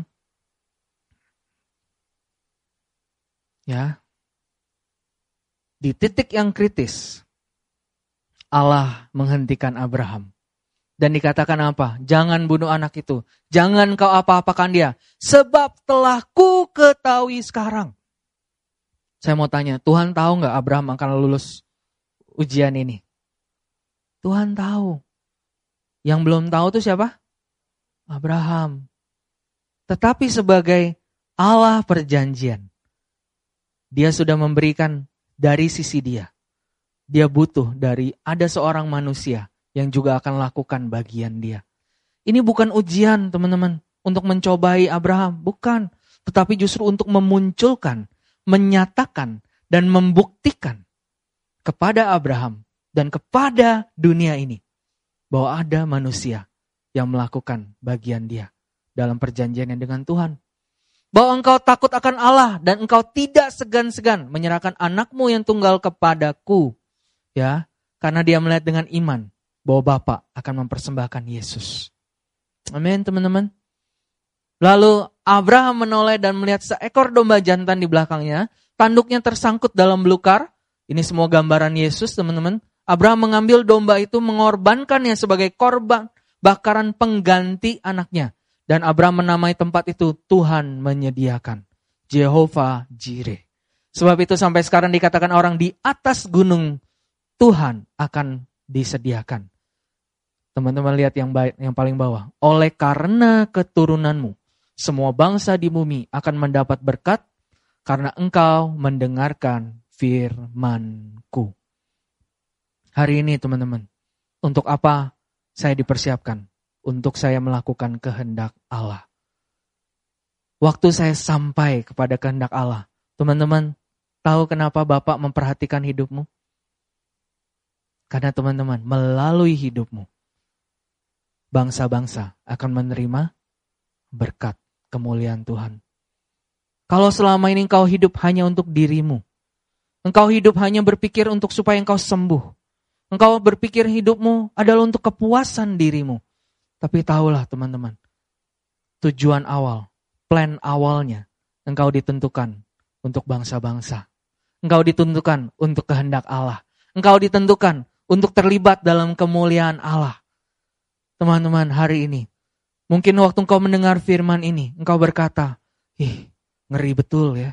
Ya. Di titik yang kritis, Allah menghentikan Abraham. Dan dikatakan apa? Jangan bunuh anak itu. Jangan kau apa-apakan dia. Sebab telah ku ketahui sekarang. Saya mau tanya, Tuhan tahu gak Abraham akan lulus ujian ini? Tuhan tahu. Yang belum tahu itu siapa? Abraham. Tetapi sebagai Allah perjanjian, dia sudah memberikan dari sisi dia. Dia butuh dari ada seorang manusia yang juga akan lakukan bagian dia. Ini bukan ujian teman-teman untuk mencobai Abraham. Bukan. Tetapi justru untuk memunculkan, menyatakan, dan membuktikan kepada Abraham dan kepada dunia ini. Bahwa ada manusia yang melakukan bagian dia dalam perjanjiannya dengan Tuhan. Bahwa engkau takut akan Allah dan engkau tidak segan-segan menyerahkan anakmu yang tunggal kepadaku. Ya, karena dia melihat dengan iman bahwa Bapa akan mempersembahkan Yesus. Amin teman-teman. Lalu Abraham menoleh dan melihat seekor domba jantan di belakangnya. Tanduknya tersangkut dalam belukar. Ini semua gambaran Yesus teman-teman. Abraham mengambil domba itu, mengorbankannya sebagai korban bakaran pengganti anaknya. Dan Abraham menamai tempat itu Tuhan menyediakan. Jehovah Jireh. Sebab itu sampai sekarang dikatakan orang di atas gunung Tuhan akan disediakan. Teman-teman lihat yang baik, yang paling bawah. Oleh karena keturunanmu, semua bangsa di bumi akan mendapat berkat karena engkau mendengarkan firman-Ku. Hari ini teman-teman, untuk apa saya dipersiapkan? untuk saya melakukan kehendak Allah. Waktu saya sampai kepada kehendak Allah, teman-teman tahu kenapa Bapak memperhatikan hidupmu? Karena teman-teman, melalui hidupmu, bangsa-bangsa akan menerima berkat kemuliaan Tuhan. Kalau selama ini engkau hidup hanya untuk dirimu, engkau hidup hanya berpikir untuk supaya engkau sembuh, engkau berpikir hidupmu adalah untuk kepuasan dirimu. Tapi tahulah teman-teman, tujuan awal, plan awalnya, engkau ditentukan untuk bangsa-bangsa. Engkau ditentukan untuk kehendak Allah. Engkau ditentukan untuk terlibat dalam kemuliaan Allah. Teman-teman, hari ini, mungkin waktu engkau mendengar firman ini, engkau berkata, ih, ngeri betul ya.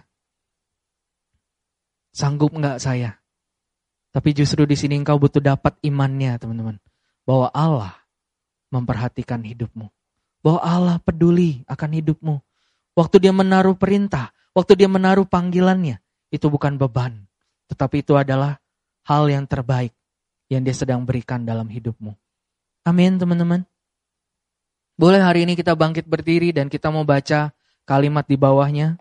Sanggup enggak saya? Tapi justru di sini engkau butuh dapat imannya, teman-teman. Bahwa Allah memperhatikan hidupmu. Bahwa Allah peduli akan hidupmu. Waktu dia menaruh perintah, waktu dia menaruh panggilannya, itu bukan beban. Tetapi itu adalah hal yang terbaik yang dia sedang berikan dalam hidupmu. Amin, teman-teman. Boleh hari ini kita bangkit berdiri dan kita mau baca kalimat di bawahnya.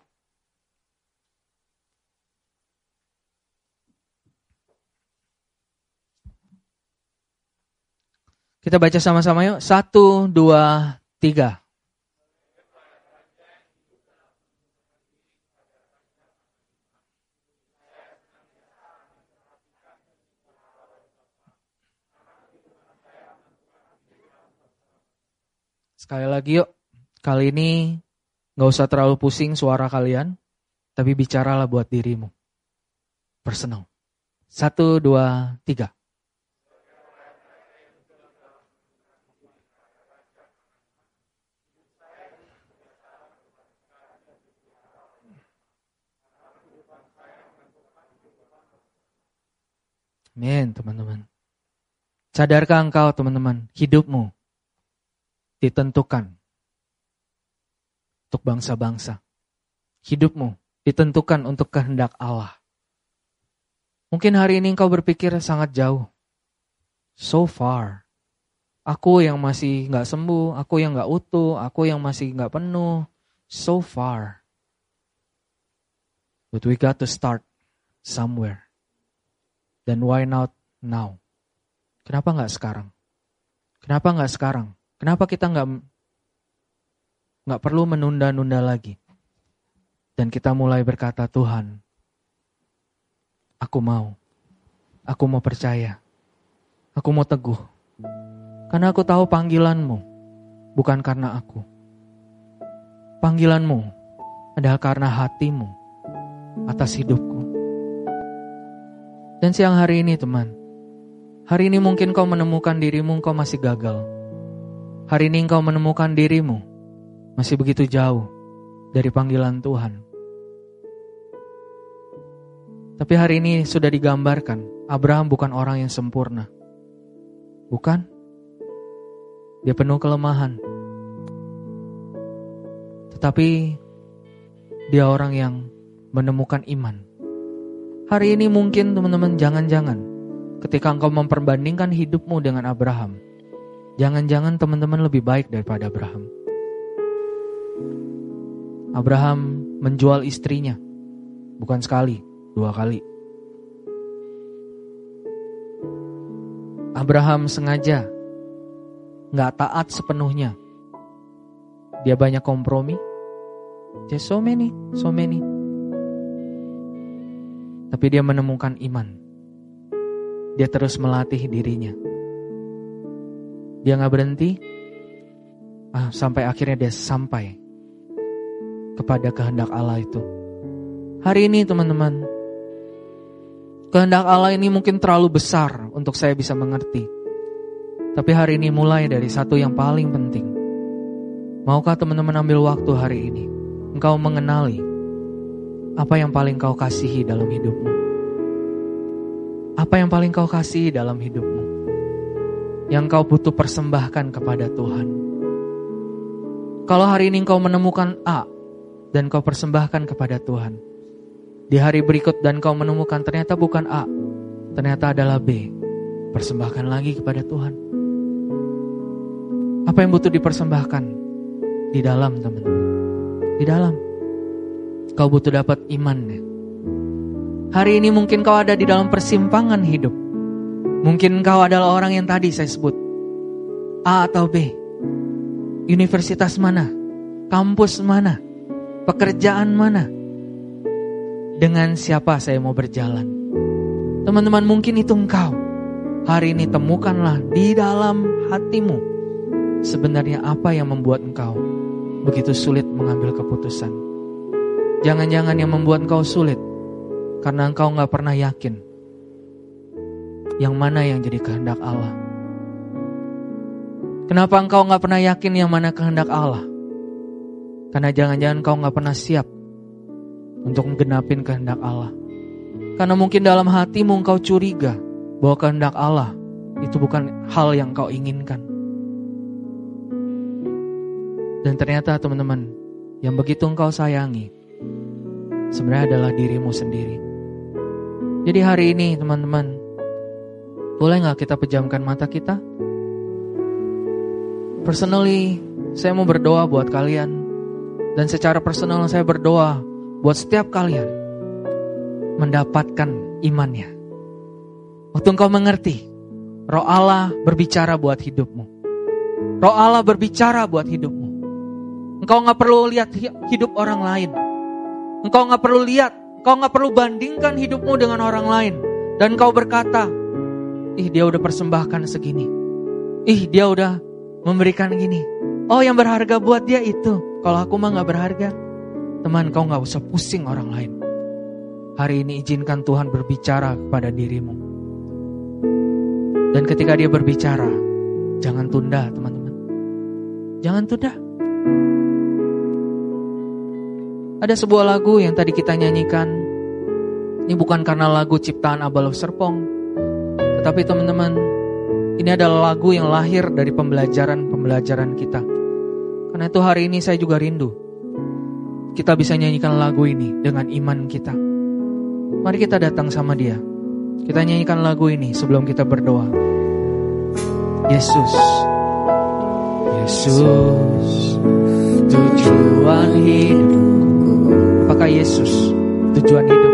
Kita baca sama-sama yuk. Satu, dua, tiga. Sekali lagi yuk. Kali ini gak usah terlalu pusing suara kalian. Tapi bicaralah buat dirimu. Personal. Satu, dua, tiga. Amin, teman-teman. Sadarkah engkau, teman-teman, hidupmu ditentukan untuk bangsa-bangsa. Hidupmu ditentukan untuk kehendak Allah. Mungkin hari ini engkau berpikir sangat jauh. So far. Aku yang masih gak sembuh, aku yang gak utuh, aku yang masih gak penuh. So far. But we got to start somewhere. Then why not now? Kenapa gak sekarang? Kenapa gak sekarang? Kenapa kita gak, gak perlu menunda-nunda lagi? Dan kita mulai berkata, Tuhan, aku mau. Aku mau percaya. Aku mau teguh. Karena aku tahu panggilanmu bukan karena aku. Panggilanmu adalah karena hatimu atas hidupku. Dan siang hari ini teman, hari ini mungkin kau menemukan dirimu kau masih gagal. Hari ini kau menemukan dirimu masih begitu jauh dari panggilan Tuhan. Tapi hari ini sudah digambarkan, Abraham bukan orang yang sempurna. Bukan? Dia penuh kelemahan. Tetapi dia orang yang menemukan iman. Hari ini mungkin teman-teman jangan-jangan ketika engkau memperbandingkan hidupmu dengan Abraham, jangan-jangan teman-teman lebih baik daripada Abraham. Abraham menjual istrinya, bukan sekali, dua kali. Abraham sengaja gak taat sepenuhnya. Dia banyak kompromi. Just so many, so many. Tapi dia menemukan iman. Dia terus melatih dirinya. Dia gak berhenti ah, sampai akhirnya dia sampai kepada kehendak Allah itu. Hari ini teman-teman, kehendak Allah ini mungkin terlalu besar untuk saya bisa mengerti. Tapi hari ini mulai dari satu yang paling penting. Maukah teman-teman ambil waktu hari ini, engkau mengenali apa yang paling kau kasihi dalam hidupmu? Apa yang paling kau kasihi dalam hidupmu? Yang kau butuh persembahkan kepada Tuhan. Kalau hari ini kau menemukan A dan kau persembahkan kepada Tuhan, di hari berikut dan kau menemukan ternyata bukan A, ternyata adalah B, persembahkan lagi kepada Tuhan. Apa yang butuh dipersembahkan? Di dalam, teman-teman. Di dalam. Kau butuh dapat imannya. Hari ini mungkin kau ada di dalam persimpangan hidup. Mungkin kau adalah orang yang tadi saya sebut. A atau B. Universitas mana? Kampus mana? Pekerjaan mana? Dengan siapa saya mau berjalan? Teman-teman, mungkin itu engkau. Hari ini temukanlah di dalam hatimu sebenarnya apa yang membuat engkau begitu sulit mengambil keputusan. Jangan-jangan yang membuat engkau sulit karena engkau gak pernah yakin yang mana yang jadi kehendak Allah. Kenapa engkau gak pernah yakin yang mana kehendak Allah? Karena jangan-jangan engkau gak pernah siap untuk menggenapin kehendak Allah. Karena mungkin dalam hatimu engkau curiga bahwa kehendak Allah itu bukan hal yang kau inginkan. Dan ternyata teman-teman, yang begitu engkau sayangi sebenarnya adalah dirimu sendiri. Jadi hari ini teman-teman, boleh gak kita pejamkan mata kita? Personally, saya mau berdoa buat kalian. Dan secara personal saya berdoa buat setiap kalian mendapatkan imannya. Waktu engkau mengerti, Roh Allah berbicara buat hidupmu. Roh Allah berbicara buat hidupmu. Engkau gak perlu lihat hidup orang lain. Engkau gak perlu lihat, engkau gak perlu bandingkan hidupmu dengan orang lain. Dan engkau berkata, ih dia udah persembahkan segini. Ih dia udah memberikan gini. Oh yang berharga buat dia itu. Kalau aku mah gak berharga. Teman, kau gak usah pusing orang lain. Hari ini izinkan Tuhan berbicara kepada dirimu. Dan ketika dia berbicara, jangan tunda teman-teman. Jangan tunda. Ada sebuah lagu yang tadi kita nyanyikan. Ini bukan karena lagu ciptaan Abaloh Serpong. Tetapi teman-teman, ini adalah lagu yang lahir dari pembelajaran-pembelajaran kita. Karena itu hari ini saya juga rindu kita bisa nyanyikan lagu ini dengan iman kita. Mari kita datang sama dia. Kita nyanyikan lagu ini sebelum kita berdoa. Yesus, Yesus, tujuan hidupku. Apakah Yesus tujuan hidup?